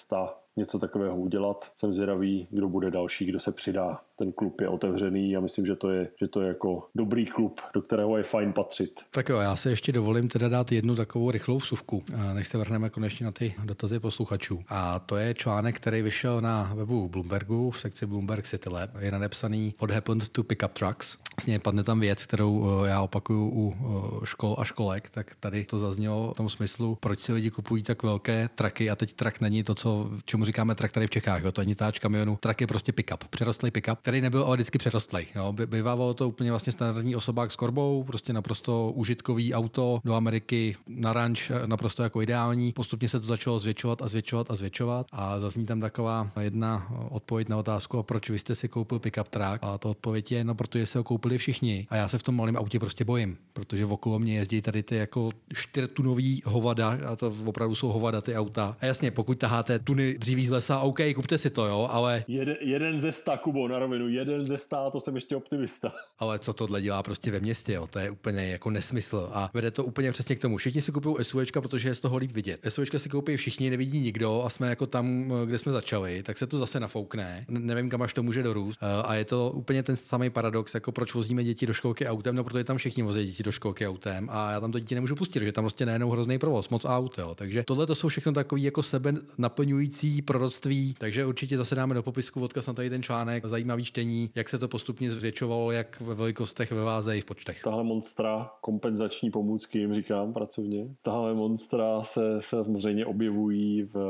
něco takového udělat. Jsem zvědavý, kdo bude další, kdo se přidá. Ten klub je otevřený a myslím, že to je jako dobrý klub, do kterého je fajn patřit. Tak jo, já se ještě dovolím teda dát jednu takovou rychlou vsuvku, než se vrhneme konečně na ty dotazy posluchačů. A to je článek, který vyšel na webu Bloombergu v sekci Bloomberg City Lab. Je nadepsaný What happened to pickup trucks. Vlastně padne tam věc, kterou já opakuju u škol a školek, tak tady to zaznělo v tom smyslu, proč si lidi kupují tak velké traky a teď trak není to, čemu říkáme trak tady v Čechách. Jo? To není táč kamionu, trak je prostě pick-up, přerostlý pick-up, který nebyl ale vždycky přerostlý. Bývávalo to úplně vlastně standardní osobák s korbou, prostě naprosto užitkový auto do Ameriky na ranč, naprosto jako ideální. Postupně se to začalo zvětšovat a zazní tam taková jedna odpověď na otázku, proč vy jste si koupil pick-up truck, a to odpověď je, no protože se ho koupili všichni a já se v tom malém autě prostě bojím, protože okolo mě jezdí tady ty jako 4tunový hovada a to opravdu jsou hovada ty auta. A jasně, pokud taháte tuny dříví z lesa, OK, kupte si to, jo, ale... Jeden ze 100, Kubo, na rovinu, 1 ze 100, to jsem ještě optimista. Ale co tohle dělá prostě ve městě, jo, to je úplně jako nesmysl a vede to úplně přesně k tomu. Všichni si kupují SUVčka, protože je z toho líp vidět. SUVčka si koupí všichni, nevidí nikdo a jsme jako tam, kde jsme začali, tak se to zase nafoukne. Nevím, kam až to může dorůst. A je to úplně ten samý paradox, jako proč vozíme děti do školky autem, no protože tam všichni vozí děti do školky autem a já tam to dítě nemůžu pustit, že tam prostě najednou hrozný provoz, moc aut, jo. Takže tohle to jsou všechno takový jako sebe naplňující proroctví, takže určitě zase dáme do popisku odkaz na tady ten článek, zajímavý čtení, jak se to postupně zvětšovalo, jak ve velikostech, ve váze i v počtech. Tahle monstra, kompenzační pomůcky, jim říkám pracovně. Tahle monstra se samozřejmě objevují v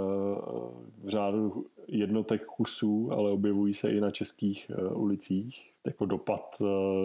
řádu jednotek kusů, ale objevují se i na českých ulicích. Jako dopad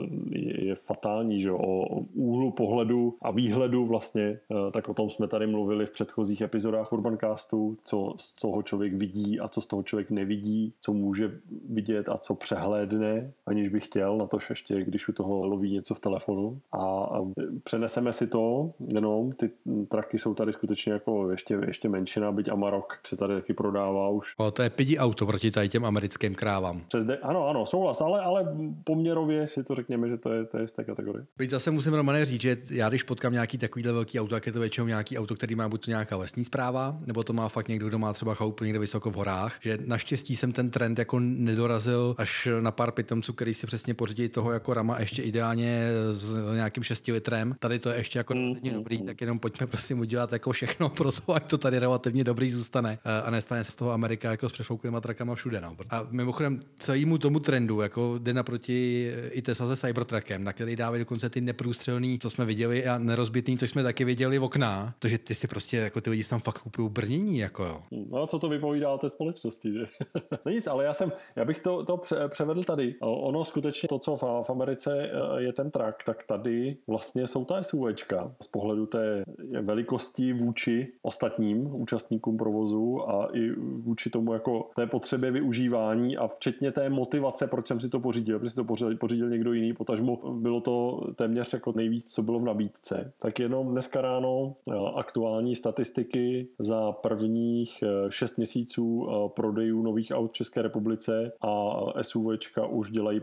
je fatální, že o úhlu pohledu a výhledu vlastně, tak o tom jsme tady mluvili v předchozích epizodách Urbancastu, co z toho člověk vidí a co z toho člověk nevidí, co může vidět a co přehlédne, aniž by chtěl, na to ještě, když u toho loví něco v telefonu. A přeneseme si to, jenom ty traky jsou tady skutečně jako ještě menšina, byť Amarok se tady taky prodává už. O, to je pidi auto proti tady těm americkým krávám. Ano, souhlas, ale poměrově si to řekněme, že to je z té kategorie. Byť zase musím, Romane, říct, že já když potkám nějaký takovýhle velký auto, tak je to většinou nějaký auto, který má buď to nějaká lesní správa, nebo to má fakt někdo, kdo má třeba chalupu někde vysoko v horách, že naštěstí jsem ten trend jako nedorazil až na pár pitomců, který si přesně pořídí toho jako Rama ještě ideálně s nějakým 6 litrem. Tady to je ještě jako dobrý, tak jenom pojďme prosím udělat jako všechno pro to, ať to tady relativně dobrý zůstane a nestane se z toho Amerika jako s přefouklýma trakama všude. No. A mimochodem celému tomu trendu jako jde naproti i Tesla se Cybertruckem, na který dávají dokonce ty neprůstřelný, co jsme viděli, a nerozbitný, co jsme taky viděli v okna. To, že ty si prostě jako ty lidi tam fakt kupují brnění, jako jo. No a co to vypovídá o té společnosti, že? No nic, ale já bych to převedl tady. Ono skutečně to, co v Americe je ten trak, tak tady vlastně jsou ta SUVčka z pohledu té velikosti vůči ostatním účastníkům provozu a i vůči tomu jako té potřebě využívání a včetně té motivace, proč jsem si to pořídil, protože si to pořídil někdo jiný, potažmo bylo to téměř jako nejvíc, co bylo v nabídce. Tak jenom dneska ráno aktuální statistiky za prvních 6 měsíců prodejů nových aut v České republice a SUVčka už dělají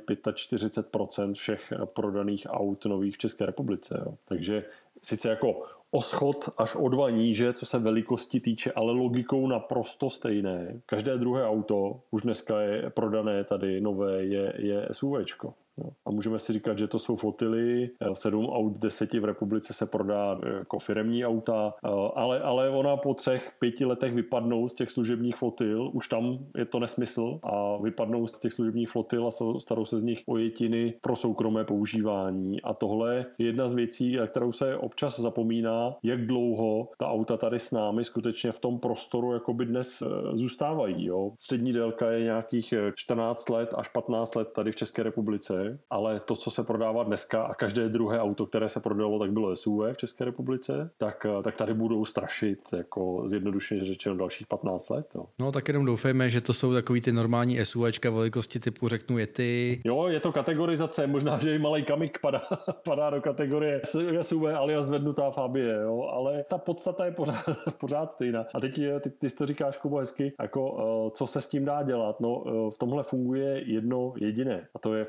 45% všech prodaných aut nových v České republice. Jo. Takže sice jako o schod až o 2 níže, co se velikosti týče, ale logikou naprosto stejné. Každé druhé auto už dneska je prodané tady nové, je SUVčko. No. A můžeme si říkat, že to jsou flotily, 7 aut 10 v republice se prodá jako firemní auta, ale ona po 3-5 letech vypadnou z těch služebních flotil, už tam je to nesmysl a vypadnou z těch služebních flotil a starou se z nich ojetiny pro soukromé používání. A tohle je jedna z věcí, kterou se občas zapomíná, jak dlouho ta auta tady s námi skutečně v tom prostoru jakoby dnes zůstávají. Jo. Střední délka je nějakých 14 let až 15 let tady v České republice, ale to, co se prodává dneska a každé druhé auto, které se prodalo, tak bylo SUV v České republice, tak tady budou strašit, jako zjednodušeně řečeno, dalších 15 let. Jo. No tak jenom doufejme, že to jsou takový ty normální SUVčka velikosti typu, řeknu, Yeti. Jo, je to kategorizace, možná, že i malej Kamik padá do kategorie SUV alias zvednutá Fabie, jo, ale ta podstata je pořád stejná. A teď ty to říkáš, Kubo, hezky, jako co se s tím dá dělat? No, v tomhle funguje jedno jediné, a to je jako rámcové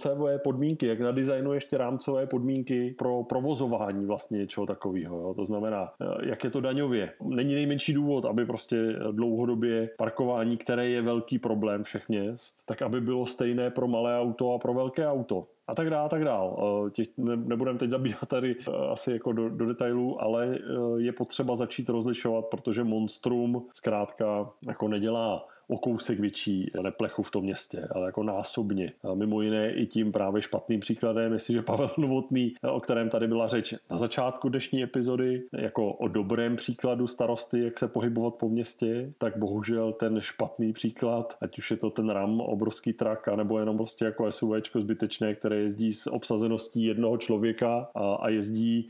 rámcové podmínky, jak nadizajnuješ ty rámcové podmínky pro provozování vlastně něčeho takového. Jo? To znamená, jak je to daňově. Není nejmenší důvod, aby prostě dlouhodobě parkování, které je velký problém všech měst, tak aby bylo stejné pro malé auto a pro velké auto. A tak dál, tak dál. Nebudeme teď zabíhat tady asi jako do detailů, ale je potřeba začít rozlišovat, protože Monstrum zkrátka jako nedělá o kousek větší neplechu v tom městě, ale jako násobně. A mimo jiné i tím právě špatným příkladem, jestliže Pavel Novotný, o kterém tady byla řeč na začátku dnešní epizody, jako o dobrém příkladu starosty, jak se pohybovat po městě, tak bohužel ten špatný příklad, ať už je to ten RAM, obrovský trak, anebo jenom prostě jako SUVčko zbytečné, které jezdí s obsazeností jednoho člověka a jezdí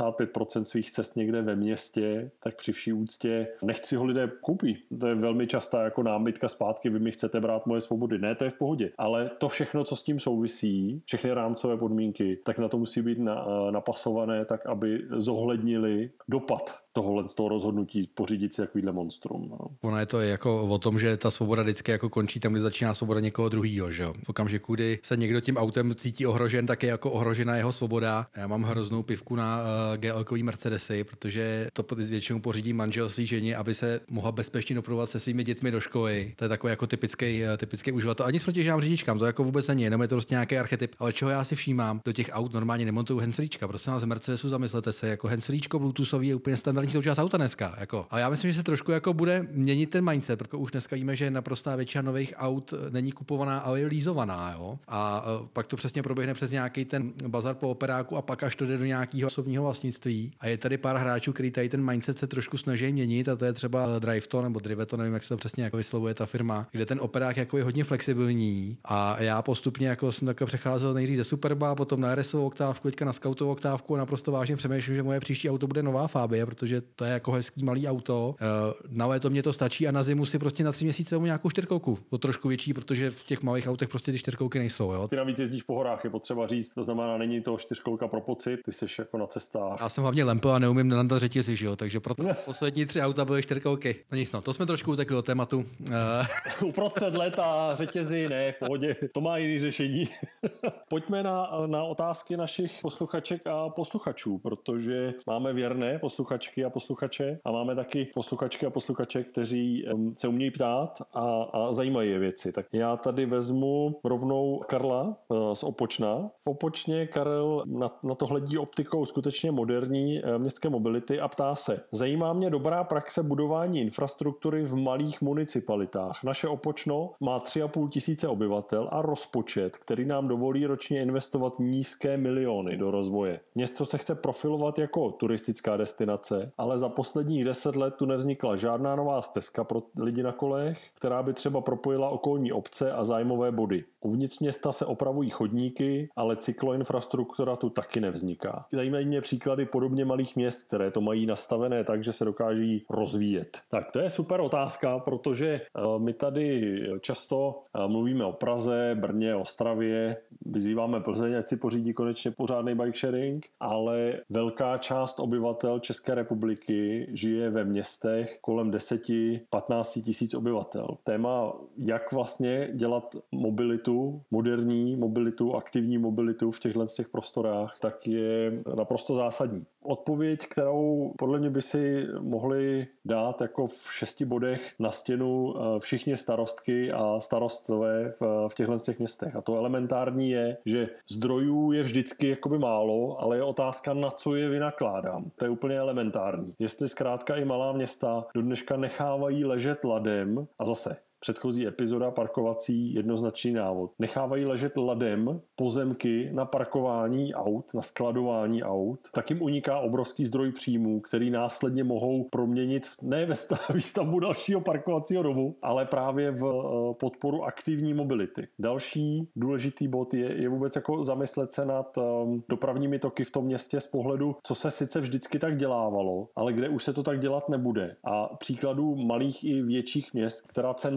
95% svých cest někde ve městě, tak při vší úctě nechci ho lidé koupí. To je velmi častá jako námitka zpátky, vy mi chcete brát moje svobody. Ne, to je v pohodě. Ale to všechno, co s tím souvisí, všechny rámcové podmínky, tak na to musí být napasované tak, aby zohlednili dopad z toho rozhodnutí pořídit si takovýhle monstrum. No. Ono je to jako o tom, že ta svoboda vždycky jako končí tam, kde začíná svoboda někoho druhýho, že jo. V okamžiku, kdy se někdo tím autem cítí ohrožen, tak je jako ohrožena jeho svoboda. Já mám hroznou pivku na GL-kový Mercedesy, protože to většinou pořídí manžel svý ženě, aby se mohla bezpečně dopravovat se svými dětmi do školy. To je takový jako typický uživatel. Ani proti žádným řidičkám, to jako vůbec není, jenom je to prostě nějaký archetyp. Ale čeho já si všímám, do těch aut normálně nemontují hencelíčka. Prostě z Mercedesu zamyslete se, jako hencelíčko bluetoothový je úplně standardní součást auta dneska, jako. A já myslím, že se trošku jako bude měnit ten mindset, protože už dneska víme, že naprostá většina nových aut není kupovaná, ale je lízovaná, jo. A pak to přesně proběhne přes nějaký ten bazar po operáku a pak až to jde do nějakého osobního vlastnictví. A je tady pár hráčů, který tady ten mindset se trošku snaží měnit, a to je třeba Driveto nebo Driveto, nevím, jak se to přesně jako vyslovuje ta firma, kde ten operák jako je hodně flexibilní a já postupně jako jsem tak přecházel nejdřív ze Superba, potom na RSovou oktávku, teďka na Scoutovou oktávku a naprosto vážně přemýšlím, že moje příští auto bude nová Fabie, protože to je jako hezký malý auto. Na léto mě to stačí a na zimu si prostě na 3 měsíce vezmu nějakou 4kolku. To trošku větší, protože v těch malých autech prostě ty 4kolky nejsou, jo. Ty navíc jezdíš po horách, je potřeba říct, to znamená, není to 4kolka pro pocit, ty jsi jako na cestách. Já jsem hlavně lempel a neumím nandat řetězy, jo, takže proto poslední 3 auta byly 4kolky. No nic, no, to jsme trošku utekli do tématu. Uprostřed léta řetězy, ne, v pohodě, to má jiný řešení. Pojďme na otázky našich posluchaček a posluchačů, protože máme věrné posluchačky a posluchače a máme taky posluchačky a posluchače, kteří se umějí ptát a zajímají je věci. Tak já tady vezmu rovnou Karla z Opočna. V Opočně Karel na to hledí optikou skutečně moderní městské mobility a ptá se: zajímá mě dobrá praxe budování infrastruktury v malých municipalitách. Naše Opočno má 3,5 tisíce obyvatel a rozpočet, který nám dovolí ročně investovat nízké miliony do rozvoje. Město se chce profilovat jako turistická destinace, ale za posledních 10 let tu nevznikla žádná nová stezka pro lidi na kolech, která by třeba propojila okolní obce a zájmové body. Uvnitř města se opravují chodníky, ale cykloinfrastruktura tu taky nevzniká. Zajímají mě příklady podobně malých měst, které to mají nastavené tak, že se dokáží rozvíjet. Tak to je super otázka, protože my tady často mluvíme o Praze, Brně, Ostravě, vyzýváme Plzeň, ať si pořídí konečně pořádný bike sharing, ale velká část obyvatel České republiky žije ve městech kolem 10-15 tisíc obyvatel. Téma, jak vlastně dělat mobilitu, moderní mobilitu, aktivní mobilitu v těchto prostorách, tak je naprosto zásadní. Odpověď, kterou podle mě by si mohli dát jako v 6 bodech na stěnu všichni starostky a starostové v těchto městech. A to elementární je, že zdrojů je vždycky jakoby málo, ale je otázka, na co je vynakládám. To je úplně elementární. Jestli zkrátka i malá města do dneška nechávají ležet ladem, a zase předchozí epizoda parkovací jednoznačný návod. Nechávají ležet ladem pozemky na parkování aut, na skladování aut, tak jim uniká obrovský zdroj příjmů, který následně mohou proměnit ne ve výstavbu dalšího parkovacího domu, ale právě v podporu aktivní mobility. Další důležitý bod je vůbec jako zamyslet se nad dopravními toky v tom městě z pohledu, co se sice vždycky tak dělávalo, ale kde už se to tak dělat nebude. A příkladů malých i větších měst, která centra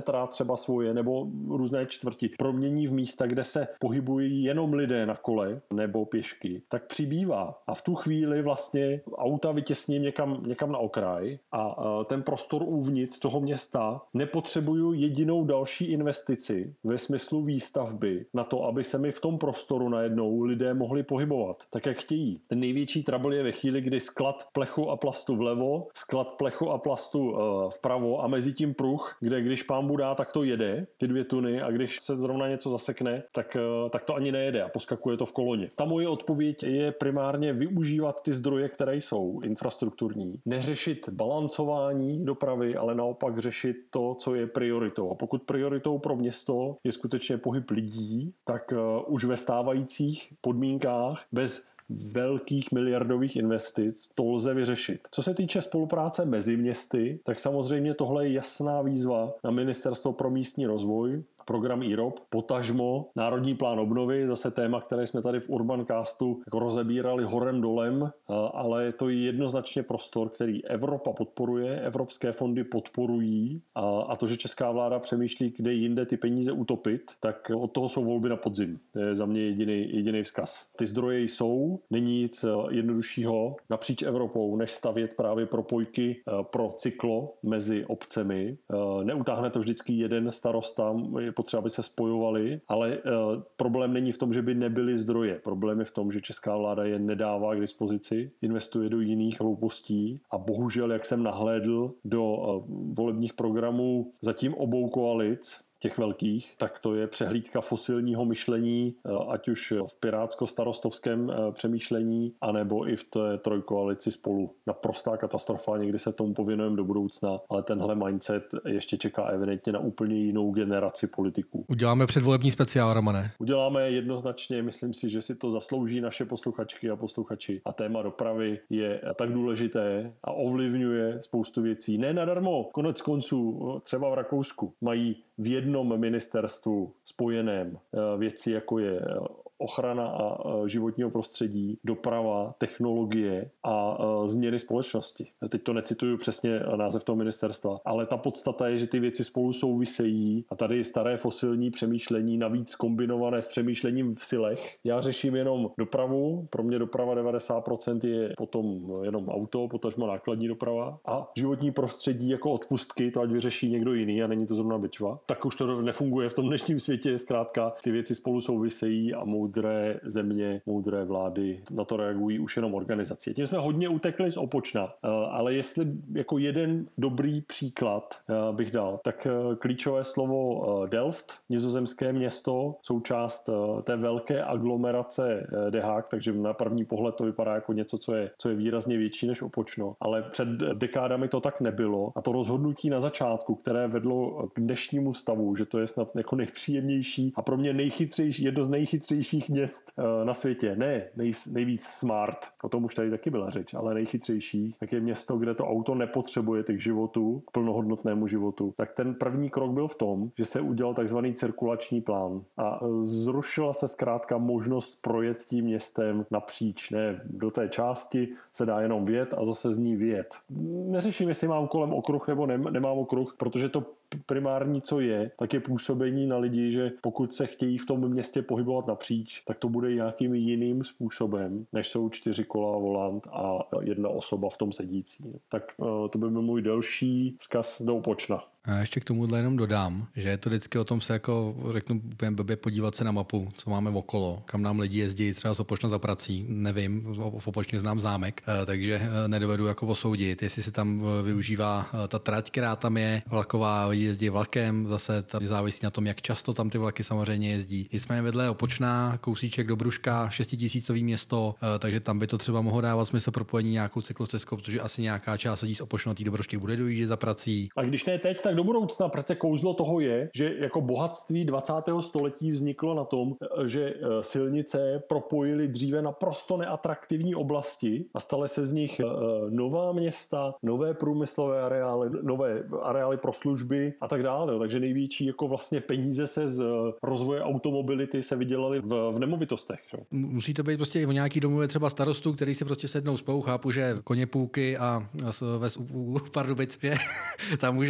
metra třeba svoje nebo různé čtvrti promění v místa, kde se pohybují jenom lidé na kole nebo pěšky, tak přibývá. A v tu chvíli vlastně auta vytěsní někam na okraj a ten prostor uvnitř toho města nepotřebuju jedinou další investici ve smyslu výstavby na to, aby se mi v tom prostoru najednou lidé mohli pohybovat tak, jak chtějí. Ten největší trouble je ve chvíli, kdy sklad plechu a plastu vlevo, sklad plechu a plastu vpravo a mezi tím pruh, kde když pán Bůh dá, tak to jede, ty 2 tuny, a když se zrovna něco zasekne, tak to ani nejede a poskakuje to v koloně. Ta moje odpověď je primárně využívat ty zdroje, které jsou infrastrukturní. Neřešit balancování dopravy, ale naopak řešit to, co je prioritou. A pokud prioritou pro město je skutečně pohyb lidí, tak už ve stávajících podmínkách bez velkých miliardových investic to lze vyřešit. Co se týče spolupráce mezi městy, tak samozřejmě tohle je jasná výzva na Ministerstvo pro místní rozvoj, program IROP, potažmo Národní plán obnovy, zase téma, které jsme tady v Urbancastu jako rozebírali horem dolem, ale je to jednoznačně prostor, který Evropa podporuje, evropské fondy podporují a to, že česká vláda přemýšlí, kde jinde ty peníze utopit, tak od toho jsou volby na podzim. To je za mě jediný vzkaz. Ty zdroje jsou, není nic jednoduššího napříč Evropou, než stavět právě propojky pro cyklo mezi obcemi. Neutáhne to vždycky jeden starosta, je potřeba, aby se spojovali, ale problém není v tom, že by nebyly zdroje. Problém je v tom, že česká vláda je nedává k dispozici, investuje do jiných hloupostí a bohužel, jak jsem nahlédl do volebních programů zatím obou koalic, těch velkých, tak to je přehlídka fosilního myšlení, ať už v pirátsko-starostovském přemýšlení, anebo i v té trojkoalici Spolu. Naprostá katastrofa, někdy se tomu pověnujeme do budoucna, ale tenhle mindset ještě čeká evidentně na úplně jinou generaci politiků. Uděláme předvolební speciál, Romane. Uděláme jednoznačně, myslím si, že si to zaslouží naše posluchačky a posluchači. A téma dopravy je tak důležité a ovlivňuje spoustu věcí. Ne nadarmo, konec konců, třeba v Rakousku mají v jednom ministerstvu spojeném věci, jako je ochrana a životního prostředí, doprava, technologie a změny společnosti. Teď to necituju přesně název toho ministerstva, ale ta podstata je, že ty věci spolu souvisejí a tady staré fosilní přemýšlení navíc kombinované s přemýšlením v silech. Já řeším jenom dopravu, pro mě doprava 90% je potom jenom auto, potažmo nákladní doprava a životní prostředí jako odpustky, to ať vyřeší někdo jiný a není to zrovna Bečva. Tak už to nefunguje v tom dnešním světě, zkrátka ty věci spolu souvisejí a moudré země, moudré vlády na to reagují už jenom organizace. Tím jsme hodně utekli z Opočna, ale jestli jako jeden dobrý příklad bych dal, tak klíčové slovo Delft, nizozemské město, součást té velké aglomerace The Hague, takže na první pohled to vypadá jako něco, co je výrazně větší než Opočno, ale před dekádami to tak nebylo a to rozhodnutí na začátku, které vedlo k dnešnímu stavu, že to je snad jako nejpříjemnější a pro mě nejchytřejší, jedno z nejchytřejších měst na světě. Ne nejvíc smart, o tom už tady taky byla řeč, ale nejchytřejší, tak je město, kde to auto nepotřebujete k životu, k plnohodnotnému životu. Tak ten první krok byl v tom, že se udělal takzvaný cirkulační plán a zrušila se zkrátka možnost projet tím městem napříč. Ne, do té části se dá jenom vjet a zase z ní vyjet. Neřeším, jestli mám kolem okruh nebo nemám okruh, protože to primární, co je, tak je působení na lidi, že pokud se chtějí v tom městě pohybovat napříč, tak to bude nějakým jiným způsobem, než jsou 4 kola, volant a jedna osoba v tom sedící. Tak to by byl můj delší vzkaz do Opočna. A ještě k tomuhle jenom dodám, že je to vždycky o tom se jako řeknu úplně blbě podívat se na mapu, co máme okolo, kam nám lidi jezdí třeba z Opočna za prací, nevím, v Opočně znám zámek, takže nedovedu jako posoudit, jestli se tam využívá ta trať, která tam je, vlaková, jezdí vlakem, zase tam závisí na tom, jak často tam ty vlaky samozřejmě jezdí. Nicméně vedle Opočna, kousíček do Bruška, 6tisícový město, takže tam by to třeba mohlo dávat smysl propojení nějakou cyklostezkou, protože asi nějaká část lidí z Opočna do Brušky bude dojíždět za prací. A když ne teď, tak do budoucna, prostě kouzlo toho je, že jako bohatství 20. století vzniklo na tom, že silnice propojily dříve naprosto neatraktivní oblasti a staly se z nich nová města, nové průmyslové areály, nové areály pro služby a tak dále. Takže největší jako vlastně peníze se z rozvoje automobility se vydělaly v nemovitostech. Že? Musí to být prostě i o nějaký domově třeba starostů, který si prostě sednou spolu, chápu, že Koněpůlky a Ves u Pardubic, že tam může fungovat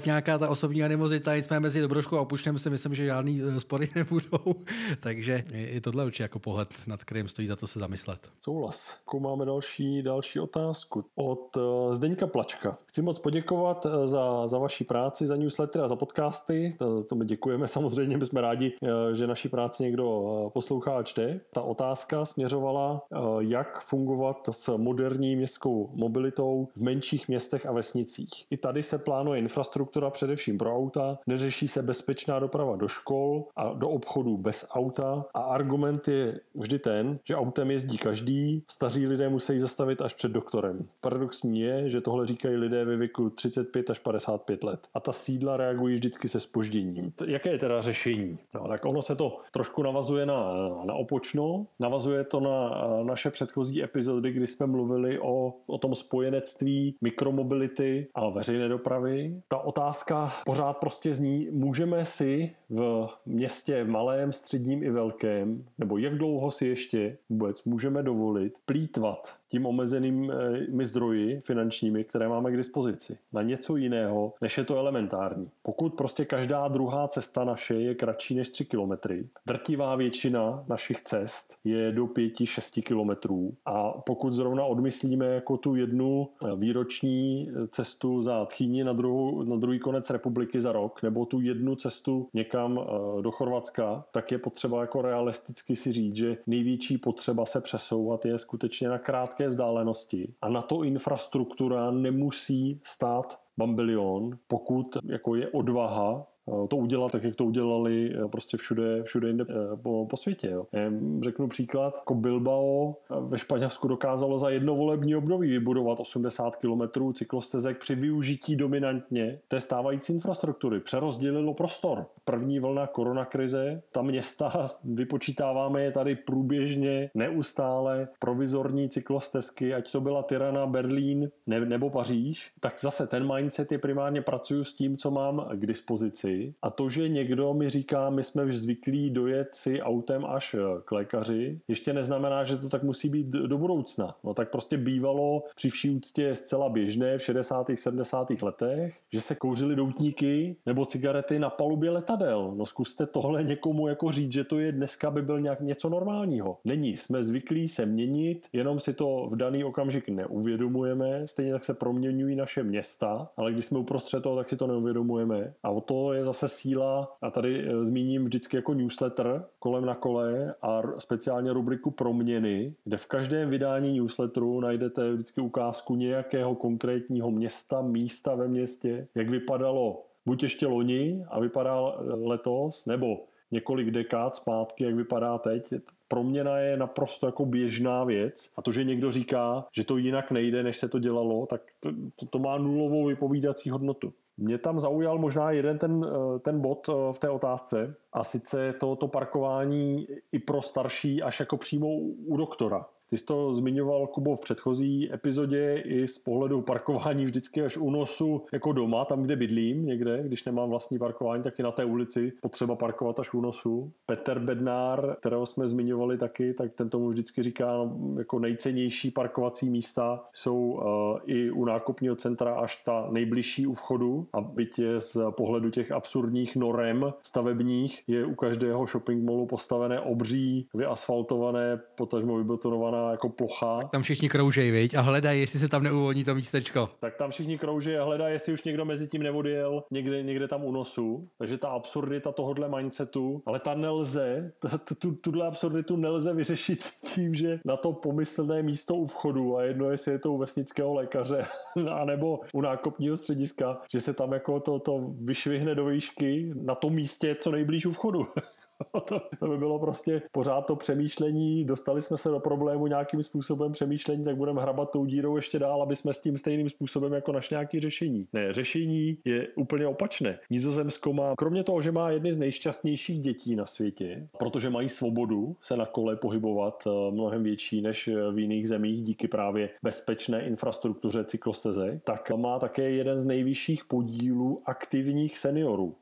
nějaká ta osobní animozita, jsme mezi Dobroškou a Opuštěm si myslím, že žádný spory nebudou, takže i tohle určitě jako pohled, nad kterým stojí za to se zamyslet. Souhlas. Máme další otázku od Zdeňka Plačka. Chci moc poděkovat za vaši práci, za newslettery a za podcasty. To my děkujeme samozřejmě, my jsme rádi, že naši práci někdo poslouchá a čte. Ta otázka směřovala, jak fungovat s moderní městskou mobilitou v menších městech a vesnicích. I tady se plánuje infrastruktura především pro auta, neřeší se bezpečná doprava do škol a do obchodů bez auta a argument je vždy ten, že autem jezdí každý, staří lidé musí zastavit až před doktorem. Paradoxní je, že tohle říkají lidé ve věku 35 až 55 let a ta sídla reagují vždycky se zpožděním. Jaké je teda řešení? No, tak ono se to trošku navazuje na opočno, navazuje to na naše předchozí epizody, kdy jsme mluvili o tom spojenectví mikromobility a veřejné dopravy. Ta otázka pořád prostě zní, můžeme si v městě malém, středním i velkém, nebo jak dlouho si ještě vůbec můžeme dovolit plýtvat tím omezenými zdroji finančními, které máme k dispozici, na něco jiného, než je to elementární. Pokud prostě každá druhá cesta naše je kratší než 3 kilometry, drtivá většina našich cest je do 5-6 kilometrů a pokud zrovna odmyslíme jako tu jednu výroční cestu za Tchýni na druhý konec republiky za rok, nebo tu jednu cestu někam do Chorvatska, tak je potřeba jako realisticky si říct, že největší potřeba se přesouvat je skutečně na krátké vzdálenosti a na to infrastruktura nemusí stát bambilion, pokud jako je odvaha to udělat tak, jak to udělali prostě všude jinde po světě. Jo. Řeknu příklad, jako Bilbao ve Španělsku dokázalo za jedno volební období vybudovat 80 km cyklostezek při využití dominantně té stávající infrastruktury. Přerozdělilo prostor. První vlna koronakrize, ta města, vypočítáváme je tady průběžně, neustále, provizorní cyklostezky, ať to byla Tirana, Berlín nebo Paříž, tak zase ten mindset je primárně pracuju s tím, co mám k dispozici. A to, že někdo mi říká, my jsme už zvyklí dojet si autem až k lékaři, ještě neznamená, že to tak musí být do budoucna. No tak prostě bývalo při vší úctě zcela běžné v 60. 70. letech, že se kouřily doutníky nebo cigarety na palubě letadel. No zkuste tohle někomu jako říct, že to je dneska by byl něco normálního. Není, jsme zvyklí se měnit, jenom si to v daný okamžik neuvědomujeme, stejně tak se proměňují naše města, ale když jsme uprostřed toho, tak si to neuvědomujeme. A o to je zase síla, a tady zmíním vždycky jako newsletter kolem na kole a speciálně rubriku Proměny, kde v každém vydání newsletteru najdete vždycky ukázku nějakého konkrétního města, místa ve městě, jak vypadalo buď ještě loni a vypadá letos, nebo několik dekád zpátky, jak vypadá teď. Proměna je naprosto jako běžná věc a to, že někdo říká, že to jinak nejde, než se to dělalo, tak to má nulovou vypovídací hodnotu. Mě tam zaujal možná jeden ten bod v té otázce a sice to parkování i pro starší až jako přímo u doktora. Ty jsi to zmiňoval, Kubo, v předchozí epizodě i z pohledu parkování vždycky až u nosu jako doma, tam, kde bydlím někde, když nemám vlastní parkování, tak i na té ulici potřeba parkovat až u nosu. Petr Bednár, kterého jsme zmiňovali taky, tak ten tomu vždycky říká, jako nejcennější parkovací místa jsou i u nákupního centra až ta nejbližší u vchodu a byť je z pohledu těch absurdních norem stavebních je u každého shopping mallu postavené obří, vyasfaltované, potažmo vybetonovaná jako plocha. Tam všichni kroužejí, viď? A hledají, jestli se tam neuvolní to místečko. Tak tam všichni kroužejí a hledají, jestli už někdo mezi tím neodjel někde tam u nosu. Takže ta absurdita tohodle mindsetu, ale ta nelze, tuhle absurditu nelze vyřešit tím, že na to pomyslné místo u vchodu a jedno, jestli je to u vesnického lékaře anebo u nákupního střediska, že se tam jako to vyšvihne do výšky na tom místě co nejblíž u vchodu. To by bylo prostě pořád to přemýšlení, dostali jsme se do problému nějakým způsobem přemýšlení, tak budeme hrabat tou dírou ještě dál, aby jsme s tím stejným způsobem jako našli nějaké řešení. Ne, řešení je úplně opačné. Nizozemsko má, kromě toho, že má jedny z nejšťastnějších dětí na světě, protože mají svobodu se na kole pohybovat mnohem větší než v jiných zemích díky právě bezpečné infrastruktuře cyklostezek, tak má také jeden z nejvyšších podílů aktivních seniorů.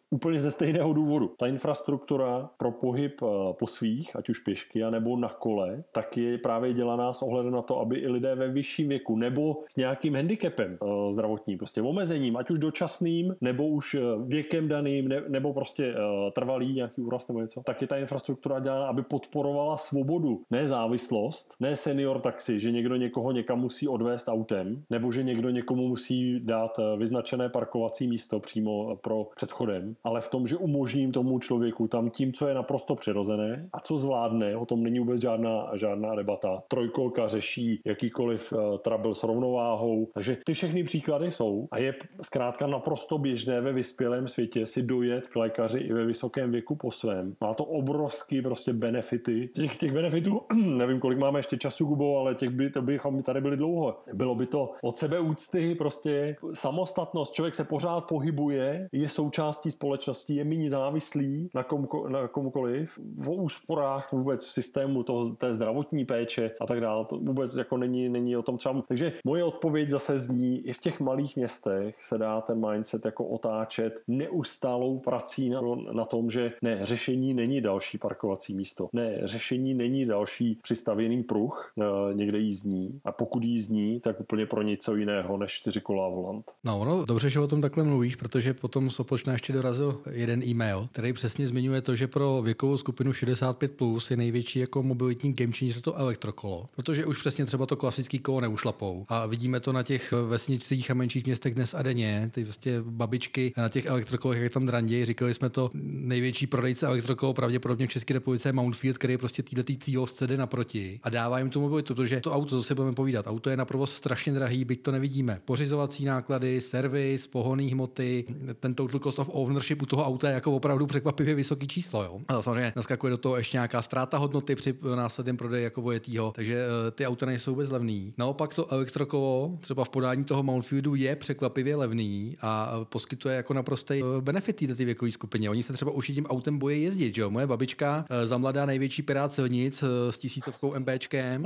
úplně ze stejného důvodu. Ta infrastruktura pro pohyb po svých, ať už pěšky, anebo na kole, tak je právě dělaná s ohledem na to, aby i lidé ve vyšším věku nebo s nějakým handicapem zdravotním, prostě omezením, ať už dočasným, nebo už věkem daným, nebo prostě trvalý nějaký úraz nebo něco, tak je ta infrastruktura dělaná, aby podporovala svobodu, ne závislost, ne senior taxi, že někdo někoho někam musí odvést autem, nebo že někdo někomu musí dát vyznačené parkovací místo přímo pro předchodem, ale v tom, že umožním tomu člověku tam tím, co je naprosto přirozené a co zvládne, o tom není vůbec žádná debata. Trojkolka řeší jakýkoliv trouble s rovnováhou, takže ty všechny příklady jsou a je zkrátka naprosto běžné ve vyspělém světě si dojet k lékaři i ve vysokém věku po svém. Má to obrovský prostě benefity. Těch benefitů, nevím, kolik máme ještě času, Kubo, ale to bychom tady byli dlouho. Bylo by to od sebeúcty, prostě samostatnost, člověk se pořád pohybuje, je součástí společnosti, je méně závislý na komukoliv, v úsporách vůbec v systému té zdravotní péče a tak dále. To vůbec jako není o tom třeba. Takže moje odpověď zase zní, i v těch malých městech se dá ten mindset jako otáčet neustálou prací na tom, že ne, řešení není další parkovací místo. Ne, řešení není další přistavěný pruh někde jízdní. A pokud jízdní, tak úplně pro něco jiného než 4 kola a volant. No, dobře, že o tom takhle mluvíš, protože potom z Opočna ještě dorazil jeden e-mail, který přesně zmiňuje to, že pro věkovou skupinu 65+ je největší jako mobilitní game changer to elektrokolo, protože už přesně třeba to klasický kolo neušlapou. A vidíme to na těch vesnicích a menších městech dnes a denně, ty vlastně babičky na těch elektrokolech, jak tam drandějí, říkali jsme to, největší prodejce elektrokol pravděpodobně v České republice je Mountfield, který je prostě týhletý cílovce jde naproti a dává jim tu mobilitu, protože to auto, zase budeme povídat, auto je na provoz strašně drahý, byť to nevidíme. Pořizovací náklady, servis, pohonné hmoty, ten total cost of ownership u toho auta je jako opravdu překvapivě vysoký číslo, jo. A samozřejmě naskakuje do toho ještě nějaká ztráta hodnoty při následném prodeji jako vojetýho, takže ty auta nejsou vůbec levný. Naopak to elektrokolo třeba v podání toho Mountfieldu je překvapivě levný a poskytuje jako naprostý benefit té věkové skupině. Oni se třeba už tím autem bojí jezdit, že jo. Moje babička za mladá největší pirát silnic s 1000 MPčkem,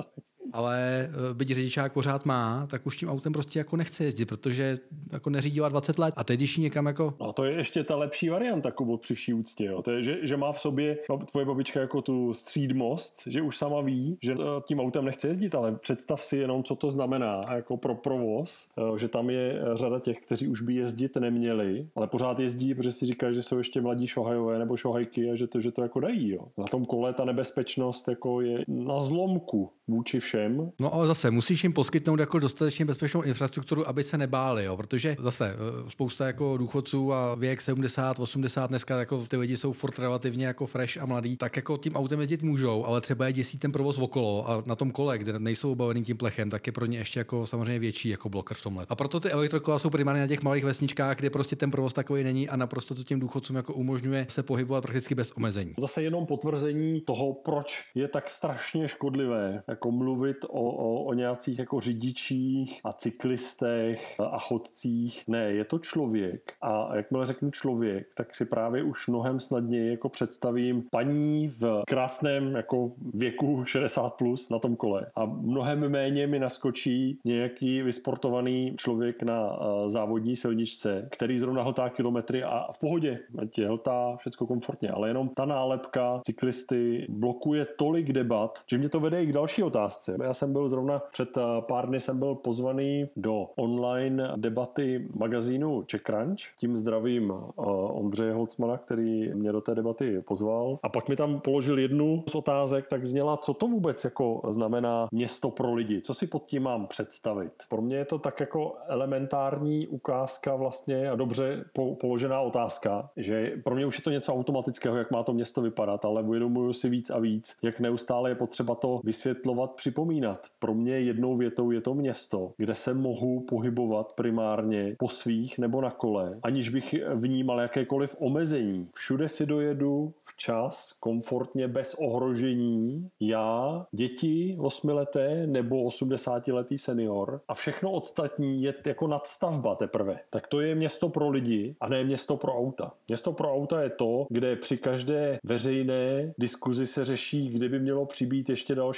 ale byť řidičák pořád má, tak už tím autem prostě jako nechce jezdit, protože jako neřídila 20 let a teď když někam jako... No to je ještě ta lepší varianta, Kubo, při vší úctě, jo. To je, že má v sobě tvoje babička jako tu střídmost, že už sama ví, že tím autem nechce jezdit, ale představ si jenom, co to znamená jako pro provoz, že tam je řada těch, kteří už by jezdit neměli, ale pořád jezdí, protože si říkají, že jsou ještě mladí šohajové nebo šohajky a že to jako dají, jo. Na tom kole ta nebezpečnost jako je na zlomku vůči všem. No ale zase musíš jim poskytnout jako dostatečně bezpečnou infrastrukturu, aby se nebáli, jo, protože zase spousta jako důchodců a věk 70, 80 dneska jako ty lidi jsou furt relativně jako fresh a mladí, tak jako tím autem jezdit můžou, ale třeba je děsí ten provoz okolo a na tom kole, kde nejsou obavený tím plechem, tak je pro ně ještě jako samozřejmě větší jako bloker v tomhle. A proto ty elektrokola jsou primárně na těch malých vesničkách, kde prostě ten provoz takový není a naprosto to těm důchodcům jako umožňuje se pohybovat prakticky bez omezení. Zase jenom potvrzení toho, proč je tak strašně škodlivé jako mluvit o nějakých jako řidičích a cyklistech a chodcích. Ne, je to člověk a jakmile řeknu člověk, tak si právě už mnohem snadněji jako představím paní v krásném jako věku 60+ na tom kole a mnohem méně mi naskočí nějaký vysportovaný člověk na závodní silničce, který zrovna hltá kilometry a v pohodě, ať je hltá, všecko komfortně, ale jenom ta nálepka cyklisty blokuje tolik debat, že mě to vede i k další otázce. Já jsem byl zrovna před pár dny pozvaný do online debaty magazínu CzechCrunch. Tím zdravím Ondřeje Holcmana, který mě do té debaty pozval. A pak mi tam položil jednu z otázek, tak zněla, co to vůbec jako znamená město pro lidi. Co si pod tím mám představit? Pro mě je to tak jako elementární ukázka vlastně a dobře položená otázka, že pro mě už je to něco automatického, jak má to město vypadat, ale uvědomuju si víc a víc, jak neustále je potřeba to vysvětlovat, připomínat. Pro mě jednou větou je to město, kde se mohu pohybovat primárně po svých nebo na kole, aniž bych vnímal jakékoliv omezení. Všude si dojedu včas, komfortně, bez ohrožení. Já, děti 8leté nebo 80letý senior a všechno ostatní je jako nadstavba teprve. Tak to je město pro lidi a ne město pro auta. Město pro auta je to, kde při každé veřejné diskuzi se řeší, kde by mělo přibýt ještě další parkování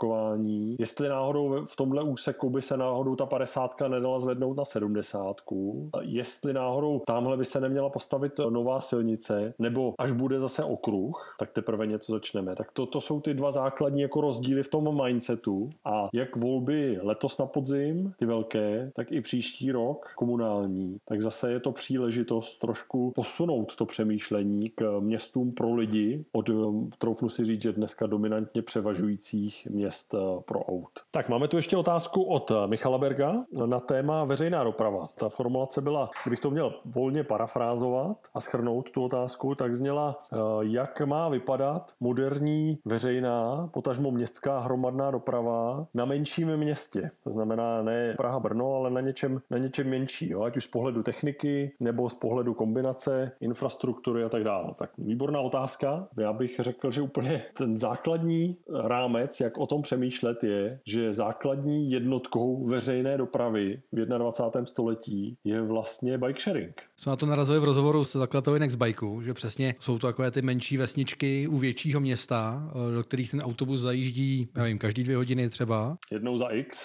parkování, jestli náhodou v tomhle úseku by se náhodou ta 50 nedala zvednout na 70, jestli náhodou tamhle by se neměla postavit nová silnice, nebo až bude zase okruh, tak teprve něco začneme. Tak to jsou ty dva základní jako rozdíly v tom mindsetu a jak volby letos na podzim, ty velké, tak i příští rok komunální, tak zase je to příležitost trošku posunout to přemýšlení k městům pro lidi od, troufnu si říct, že dneska dominantně převažujících měst pro aut. Tak máme tu ještě otázku od Michala Berga na téma veřejná doprava. Ta formulace byla, kdybych to měl volně parafrázovat a shrnout tu otázku, tak zněla, jak má vypadat moderní veřejná, potažmo městská hromadná doprava na menším městě. To znamená ne Praha-Brno, ale na něčem menší, jo? Ať už z pohledu techniky nebo z pohledu kombinace, infrastruktury a tak dále. Tak výborná otázka. Já bych řekl, že úplně ten základní rámec, jak o tom přemýšlet, je, že základní jednotkou veřejné dopravy v 21. století je vlastně bike sharing. Jsme na to narazili v rozhovoru s zakladatelem Nextbikeu, že přesně jsou to takové ty menší vesničky u většího města, do kterých ten autobus zajíždí, nevím, každý 2 hodiny třeba. Jednou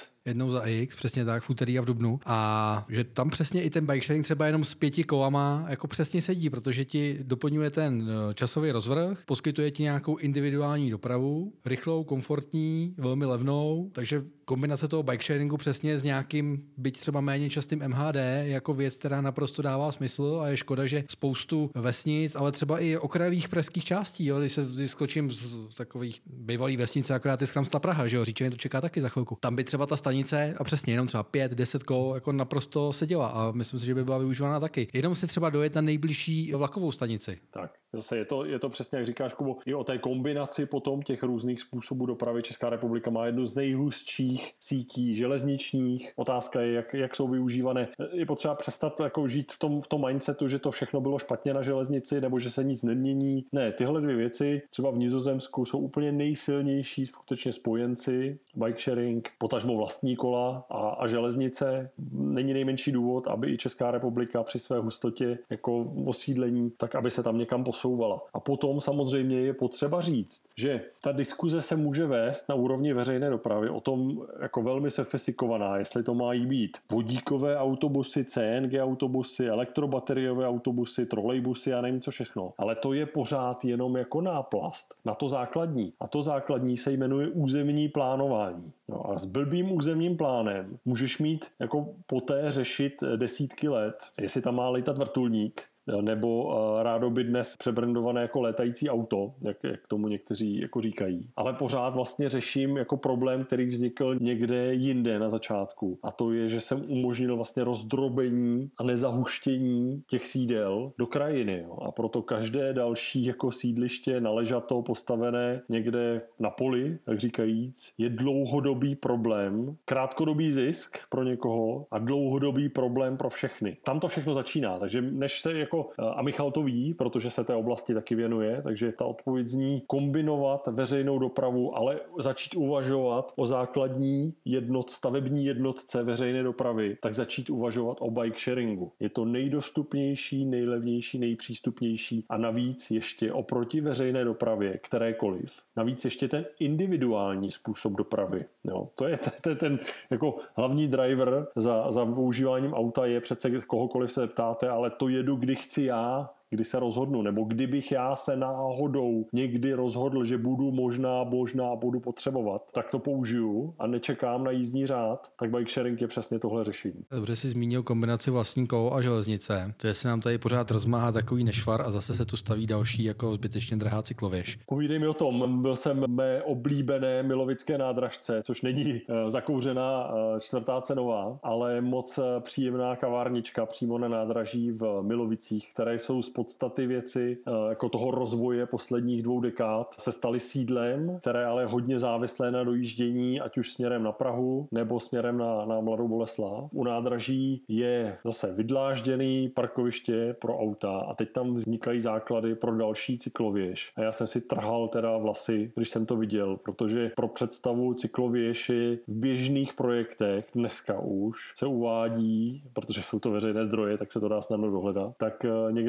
za X, přesně tak, v úterý a v dubnu. A že tam přesně i ten bike sharing třeba jenom s 5 kolama jako přesně sedí, protože ti doplňuje ten časový rozvrh, poskytuje ti nějakou individuální dopravu, rychlou, komfortní, velmi levnou, takže kombinace toho bike sharingu přesně s nějakým, byť třeba méně častým MHD, jako věc, která naprosto dává smysl a je škoda, že spoustu vesnic, ale třeba i okrajových pražských částí, jo, když se skočím z takových bývalých vesnic, akorát je Schramstla Praha, že jo, Říčany to čeká taky za chvilku. Tam by třeba ta stanice a přesně jenom třeba 5-10 kol jako naprosto seděla a myslím si, že by byla využívána taky. Jenom si třeba dojet na nejbližší vlakovou stanici. Tak, zase je to přesně, jak říkáš, Kubo, i o té kombinaci potom těch různých způsobů dopravy. Česká republika má jednu z nejhustších sítí železničních. Otázka je, jak jsou využívané. Je potřeba přestat jako žít v tom mindsetu, že to všechno bylo špatně na železnici nebo že se nic nemění. Ne, tyhle dvě věci třeba v Nizozemsku jsou úplně nejsilnější skutečně spojenci. Bike sharing, potažmo vlastní kola a železnice. Není nejmenší důvod, aby i Česká republika při své hustotě jako osídlení, tak aby se tam někam posouvala. A potom samozřejmě je potřeba říct, že ta diskuze se může vést na úrovni veřejné dopravy o tom jako velmi sofistikovaná, jestli to mají být vodíkové autobusy, CNG autobusy, elektrobateriové autobusy, trolejbusy a nevím co všechno. Ale to je pořád jenom jako náplast na to základní. A to základní se jmenuje územní plánování. No a s blbým územním plánem můžeš mít jako poté řešit desítky let, jestli tam má létat vrtulník, nebo rádoby dnes přebrandované jako létající auto, jak tomu někteří jako říkají. Ale pořád vlastně řeším jako problém, který vznikl někde jinde na začátku. A to je, že jsem umožnil vlastně rozdrobení a nezahuštění těch sídel do krajiny. Jo. A proto každé další jako sídliště naležato postavené někde na poli, tak říkajíc, je dlouhodobý problém, krátkodobý zisk pro někoho a dlouhodobý problém pro všechny. Tam to všechno začíná, takže než se a Michal to ví, protože se té oblasti taky věnuje, takže ta odpověď zní kombinovat veřejnou dopravu, ale začít uvažovat o základní stavební jednotce veřejné dopravy, tak začít uvažovat o bike sharingu. Je to nejdostupnější, nejlevnější, nejpřístupnější a navíc ještě oproti veřejné dopravě, kterékoliv, navíc ještě ten individuální způsob dopravy. Jo, to je ten jako hlavní driver za používáním auta je přece kohokoliv se ptáte, ale to jedu, kdy chci já, kdy se rozhodnu, nebo kdybych já se náhodou někdy rozhodl, že budu možná budu potřebovat, tak to použiju a nečekám na jízdní řád, tak bike sharing je přesně tohle řešení. Dobře jsi zmínil kombinaci vlastní kolo a železnice. To je se nám tady pořád rozmáhá takový nešvar a zase se tu staví další jako zbytečně drahá cyklověž. Povídej mi o tom. Byl jsem mé oblíbené Milovické nádražce, což není zakouřená 4. cenová, ale moc příjemná kavárnička přímo na nádraží v Milovicích, které jsou z podstaty věci jako toho rozvoje posledních 2 dekád se staly sídlem, které ale hodně závislé na dojíždění, ať už směrem na Prahu nebo směrem na Mladou Boleslav. U nádraží je zase vydlážděný parkoviště pro auta a teď tam vznikají základy pro další cyklověž. A já jsem si trhal teda vlasy, když jsem to viděl, protože pro představu cyklověži v běžných projektech dneska už se uvádí, protože jsou to veřejné zdroje, tak se to dá snadno dohledat, tak někde 16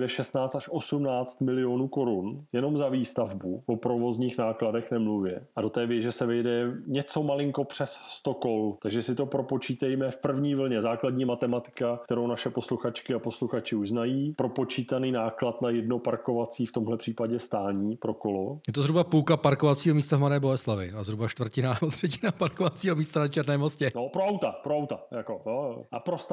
16 až 18 milionů korun jenom za výstavbu, o provozních nákladech nemluvě. A do té věže se vejde něco malinko přes 100 kol, takže si to propočítejme v první vlně. Základní matematika, kterou naše posluchačky a posluchači už znají, propočítaný náklad na jedno parkovací, v tomhle případě stání pro kolo. Je to zhruba půlka parkovacího místa v Mladé Boleslavi a zhruba čtvrtina nebo třetina parkovacího místa na Černém Mostě. No, pro auta, jako, jo.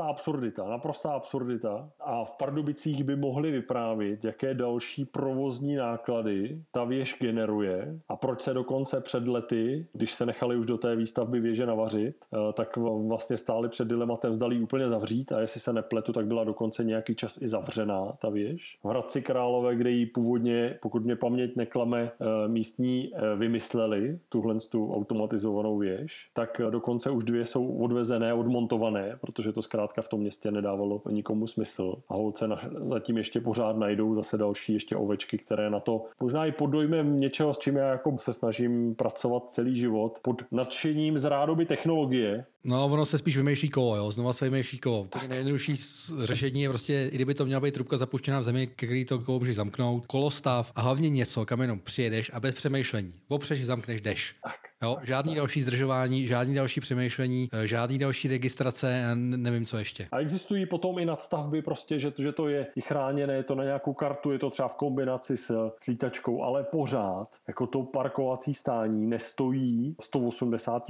Naprostá absurdita. A v Pardubicích by mohli vyprávět, jaké další provozní náklady ta věž generuje a proč se dokonce před lety, když se nechali už do té výstavby věže navařit, tak vlastně stáli před dilematem, zdali úplně zavřít, a jestli se nepletu, tak byla dokonce nějaký čas i zavřená ta věž. V Hradci Králové, kde ji původně, pokud mě paměť neklame, místní vymysleli, tu automatizovanou věž, tak dokonce už 2 jsou odvezené, odmontované, protože to zkrátka v tom městě nedávalo nikomu smysl. A holce zatím ještě pořád najdou zase další ještě ovečky, které na to možná i pod dojmem něčeho, s čím já jako se snažím pracovat celý život, pod nadšením z rádoby technologie. No, ono se spíš vymýšlí kolo, jo, znova se vymýšlí kolo. Tak nejjednodušší řešení je prostě, i kdyby to měla být trubka zapuštěná v zemi, který to kolo může zamknout, kolostav a hlavně něco, kam jenom přijedeš a bez přemýšlení. Opřeš, zamkneš, jdeš. Jo, žádný další zdržování, žádný další přemýšlení, žádný další registrace a nevím co ještě. A existují potom i nadstavby prostě, že to je i chráněné, je to na nějakou kartu, je to třeba v kombinaci s lítačkou, ale pořád jako to parkovací stání nestojí 180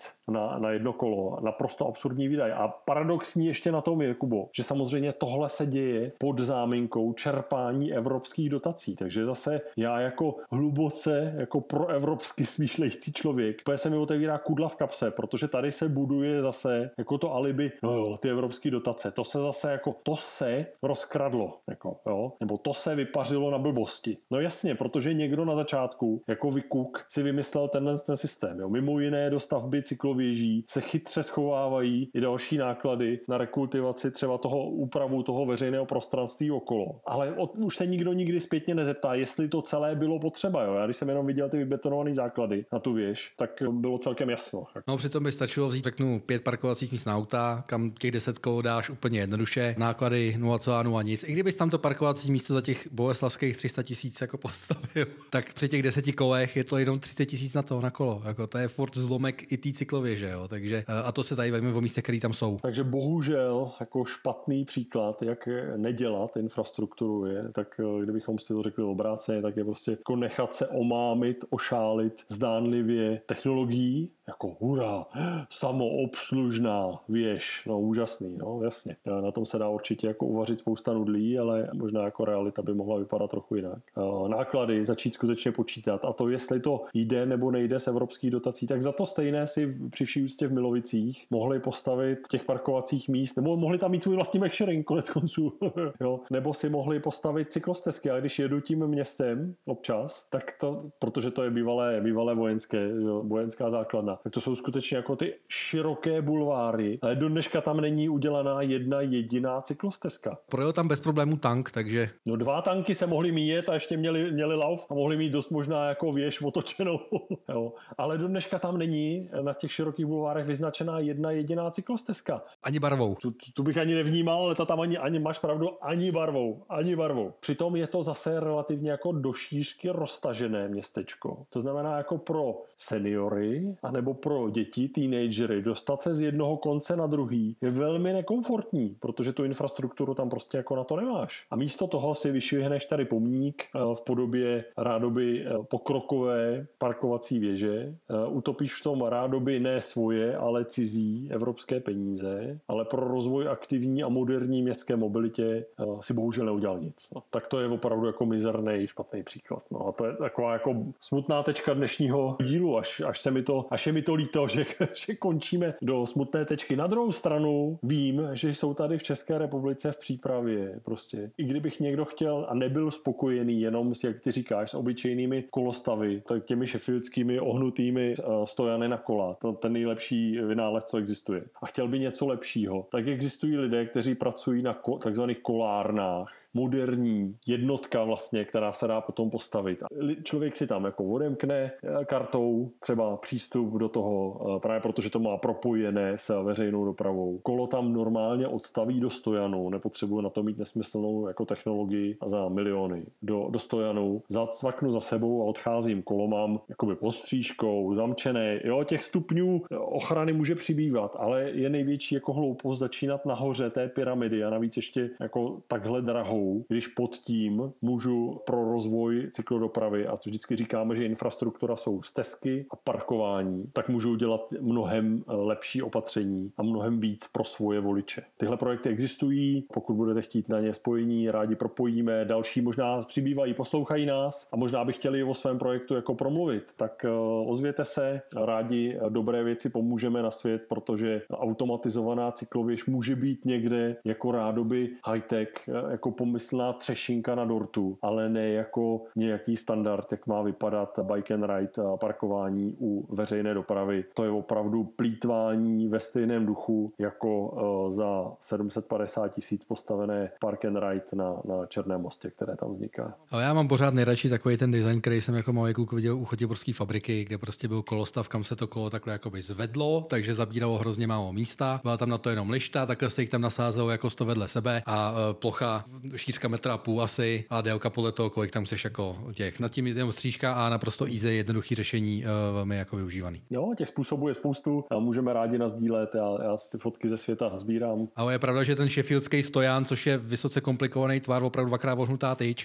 000 na jedno kolo. Naprosto absurdní výdaj. A paradoxní ještě na tom je, Kubo, že samozřejmě tohle se děje pod záminkou čerpání evropských dotací. Takže zase já jako hluboce, jako proevropsky smýšlející člověk, úplně se mi otevírá kudla v kapse, protože tady se buduje zase jako to alibi, no jo, ty evropské dotace, to se zase jako, to se rozkradlo, jako, jo, nebo to se vypařilo na blbosti. No jasně, protože někdo na začátku, jako vykuk, si vymyslel ten systém, jo. Mimo jiné do stavby cyklověží se chytře schovávají i další náklady na rekultivaci třeba toho úpravu toho veřejného prostranství okolo. Ale už se nikdo nikdy zpětně nezeptá, jestli to celé bylo potřeba, jo. Já když jsem jenom viděl ty vybetonované základy na tu věž, tak bylo celkem jasno. No přitom by stačilo vzít, řeknu, 5 parkovacích míst na auta, kam těch 10 kol dáš úplně jednoduše, náklady 0,0 nic. I kdybys tam to parkovací místo za těch boleslavských 300 000 jako postavil, tak při těch 10 kolech je to jenom 30 000 na kolo. Jako to je furt zlomek i té cyklověže, jo. Takže a to se tady vejme o místech, které tam jsou. Takže bohužel jako špatný příklad, jak nedělat infrastrukturu je, tak kdybychom si to řekli obráceně, tak je prostě jako nechat se omámit, ošálit zdánlivě technologií, jako hurá, samoobslužná věž, no úžasný, no jasně. Na tom se dá určitě jako uvařit spousta nudlí, ale možná jako realita by mohla vypadat trochu jinak. Náklady začít skutečně počítat a to, jestli to jde nebo nejde z evropských dotací, tak za to stejné si při vší úctě v Milovicích mohli postavit těch parkovacích míst, nebo mohli tam mít svůj vlastní backsharing konec konců, jo, nebo si mohli postavit cyklostezky, ale když jedu tím městem občas, tak to, protože to je bývalé vojenské, jo, vojenská základna, tak to jsou skutečně jako ty široké bulváry, ale do dneška tam není udělaná jedna jediná cyklostezka. Projel tam bez problémů tank, takže... No 2 tanky se mohly míjet a ještě měli lauf a mohli mít dost možná jako věž otočenou. Jo. Ale do dneška tam není na těch širokých bulvárech vyznačená jedna jediná cyklostezka. Ani barvou. Tu bych ani nevnímal, ale ta tam ani máš pravdu, ani barvou. Přitom je to zase relativně jako do šířky roztažené městečko. To znamená jako pro seniory anebo pro děti, teenagery, dostat se z jednoho konce na druhý je velmi nekomfortní, protože tu infrastrukturu tam prostě jako na to nemáš. A místo toho si vyšvihneš tady pomník v podobě rádoby pokrokové parkovací věže, utopíš v tom rádoby ne svoje, ale cizí evropské peníze, ale pro rozvoj aktivní a moderní městské mobilitě si bohužel neudělal nic. No, tak to je opravdu jako mizerný, špatný příklad. No, a to je taková jako smutná tečka dnešního dílu, až je mi to líto, že končíme do smutné tečky. Na druhou stranu vím, že jsou tady v České republice v přípravě prostě. I kdybych někdo chtěl a nebyl spokojený jenom s, jak ty říkáš, s obyčejnými kolostavy, tak těmi sheffieldskými ohnutými stojany na kola, to ten nejlepší vynález, co existuje. A chtěl by něco lepšího, tak existují lidé, kteří pracují na takzvaných kolárnách, moderní jednotka vlastně, která se dá potom postavit. Člověk si tam jako odemkne kartou třeba přístup do toho, právě protože to má propojené s veřejnou dopravou. Kolo tam normálně odstaví do stojanu, nepotřebuje na to mít nesmyslnou jako technologii a za miliony. Do stojanu, zacvaknu za sebou a odcházím. Kolo mám jakoby pod střížkou, zamčené. Jo, těch stupňů ochrany může přibývat, ale je největší jako hloupost začínat nahoře té pyramidy a navíc ještě jako takhle drahou, když pod tím můžu pro rozvoj cyklodopravy, a vždycky říkáme, že infrastruktura jsou stezky a parkování, tak můžu udělat mnohem lepší opatření a mnohem víc pro svoje voliče. Tyhle projekty existují, pokud budete chtít na ně spojení, rádi propojíme, další možná přibývají, poslouchají nás a možná by chtěli o svém projektu jako promluvit, tak ozvěte se, rádi dobré věci pomůžeme na svět, protože automatizovaná cyklověž může být někde jako rádoby high-tech, jako pomyslná třešinka na dortu, ale ne jako nějaký standard, jak má vypadat bike and ride a parkování u veřejné dopravy. To je opravdu plýtvání ve stejném duchu jako za 750 000 postavené park and ride na Černém mostě, které tam vzniká. Ale já mám pořád nejradši takový ten design, který jsem jako malý kluk viděl u chotěborské fabriky, kde prostě byl kolostav, kam se to kolo takhle jakoby zvedlo, takže zabíralo hrozně málo místa. Byla tam na to jenom lišta, takhle se jich tam nasázelo jako 100 vedle sebe a plocha šířka 1,5 m asi a délka podle toho, kolik tam chceš jako těch. Nad tím je střížka a naprosto easy, jednoduchý řešení, velmi jako využívaný. Jo, těch způsobů je spoustu a můžeme rádi nasdílet. Já ty fotky ze světa sbírám. Ale je pravda, že ten sheffieldský stojan, což je vysoce komplikovaný tvar, opravdu dvakrát vohnutá tyč.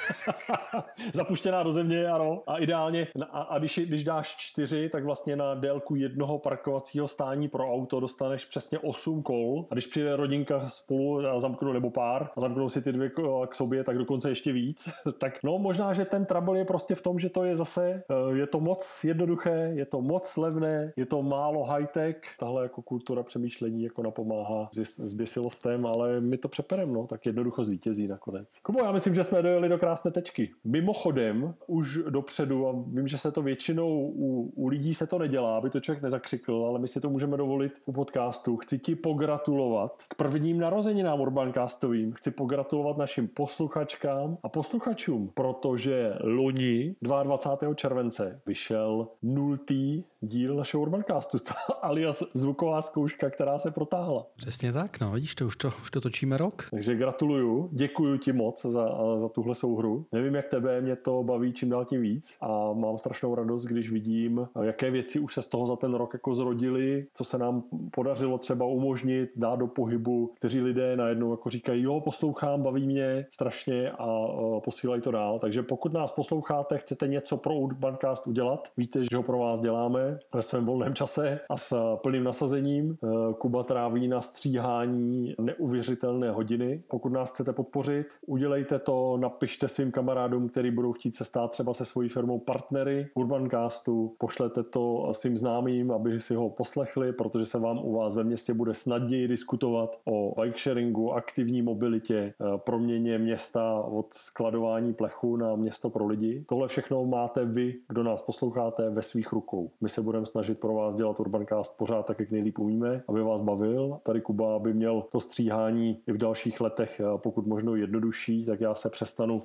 Zapuštěná do země, ano. A ideálně, a když dáš 4, tak vlastně na délku jednoho parkovacího stání pro auto dostaneš přesně 8 kol. A když přijde rodinka spolu a zamknou, nebo pár, a zamknou si ty 2 k sobě, tak dokonce ještě víc. Tak no, možná, že ten trouble je prostě v tom, že to je zase, je to moc jednoduché, je to moc levné, je to málo high-tech. Tahle jako kultura přemýšlení jako napomáhá zběsilostem, ale my to přeperem, no, tak jednoducho zvítězí nakonec. Kubo, já myslím, že jsme dojeli do krásné tečky. Mimochodem, už dopředu, a vím, že se to většinou u lidí se to nedělá, aby to člověk nezakřikl, ale my si to můžeme dovolit u podcastu. Chci ti pogratulovat k prvním narozeninám Urbancastovým. Chci pogratulovat našim posluchačkám a posluchačům, protože loni 22. července vyšel 0. díl našeho Urbancastu, alias zvuková zkouška, která se protáhla. Přesně tak, no vidíš, už to točíme rok. Takže gratuluju, děkuju ti moc za tuhle souhru. Nevím, jak tebe, mě to baví čím dál tím víc a mám strašnou radost, když vidím, jaké věci už se z toho za ten rok jako zrodily, co se nám podařilo třeba umožnit, dát do pohybu, kteří lidé najednou jako říkají, jo, poslouchám, baví mě strašně a posílají to dál. Takže pokud nás posloucháte, chcete něco pro Urbancast udělat, víte, že ho pro vás děláme ve svém volném čase a s plným nasazením. Kuba tráví na stříhání neuvěřitelné hodiny. Pokud nás chcete podpořit, udělejte to, napište svým kamarádům, kteří budou chtít se stát třeba se svojí firmou partnery Urbancastu, pošlete to svým známým, aby si ho poslechli, protože se vám u vás ve městě bude snadněji diskutovat o bike sharingu, aktivní mobilitě, proměně města od skladování plechu na město pro lidi. Tohle všechno máte vy, kdo nás posloucháte, ve svých rukou. My se budeme snažit pro vás dělat Urbancast pořád tak, jak nejlíp umíme, aby vás bavil. Tady Kuba, aby měl to stříhání i v dalších letech pokud možno jednodušší, tak já se přestanu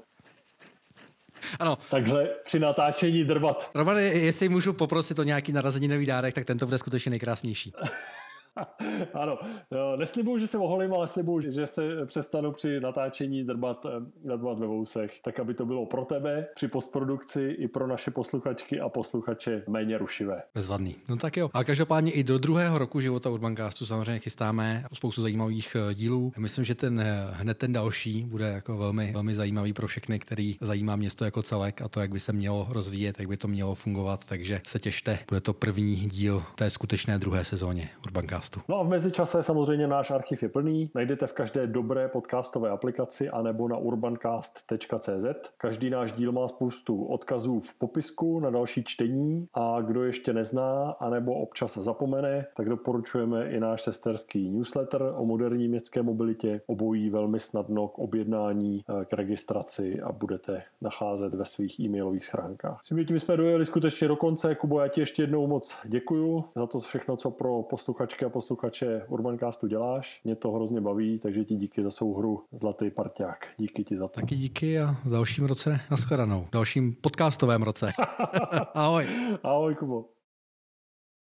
ano. Takhle při natáčení drbat. Romane, jestli můžu poprosit o nějaký narozeninový dárek, tak tento bude skutečně nejkrásnější. Ano, neslibuju, že se oholím, ale slibuju, že se přestanu při natáčení drbat ve vousech, tak aby to bylo pro tebe při postprodukci i pro naše posluchačky a posluchače méně rušivé. Bezvadný. No tak jo. A každopádně i do 2. roku života Urbancastu samozřejmě chystáme spoustu zajímavých dílů. Myslím, že hned ten další bude jako velmi, velmi zajímavý pro všechny, který zajímá město jako celek a to, jak by se mělo rozvíjet, jak by to mělo fungovat, takže se těšte. Bude to první díl té skutečné 2. sezóně Urbancastu. No a v mezičase samozřejmě náš archiv je plný. Najdete v každé dobré podcastové aplikaci anebo na urbancast.cz. Každý náš díl má spoustu odkazů v popisku na další čtení a kdo ještě nezná anebo občas zapomene, tak doporučujeme i náš sesterský newsletter o moderní městské mobilitě. Obojí velmi snadno k objednání, k registraci a budete nacházet ve svých e-mailových schránkách. Myslím, že tím jsme dojeli skutečně do konce. Kubo, já ti ještě jednou moc děkuju za to všechno, co pro posluchačky a posluchače Urbancastu děláš. Mě to hrozně baví, takže ti díky za souhru, zlatý parťák. Díky ti za to. Taky díky a v dalším roce nashledanou. V dalším podcastovém roce. Ahoj. Ahoj, Kubo.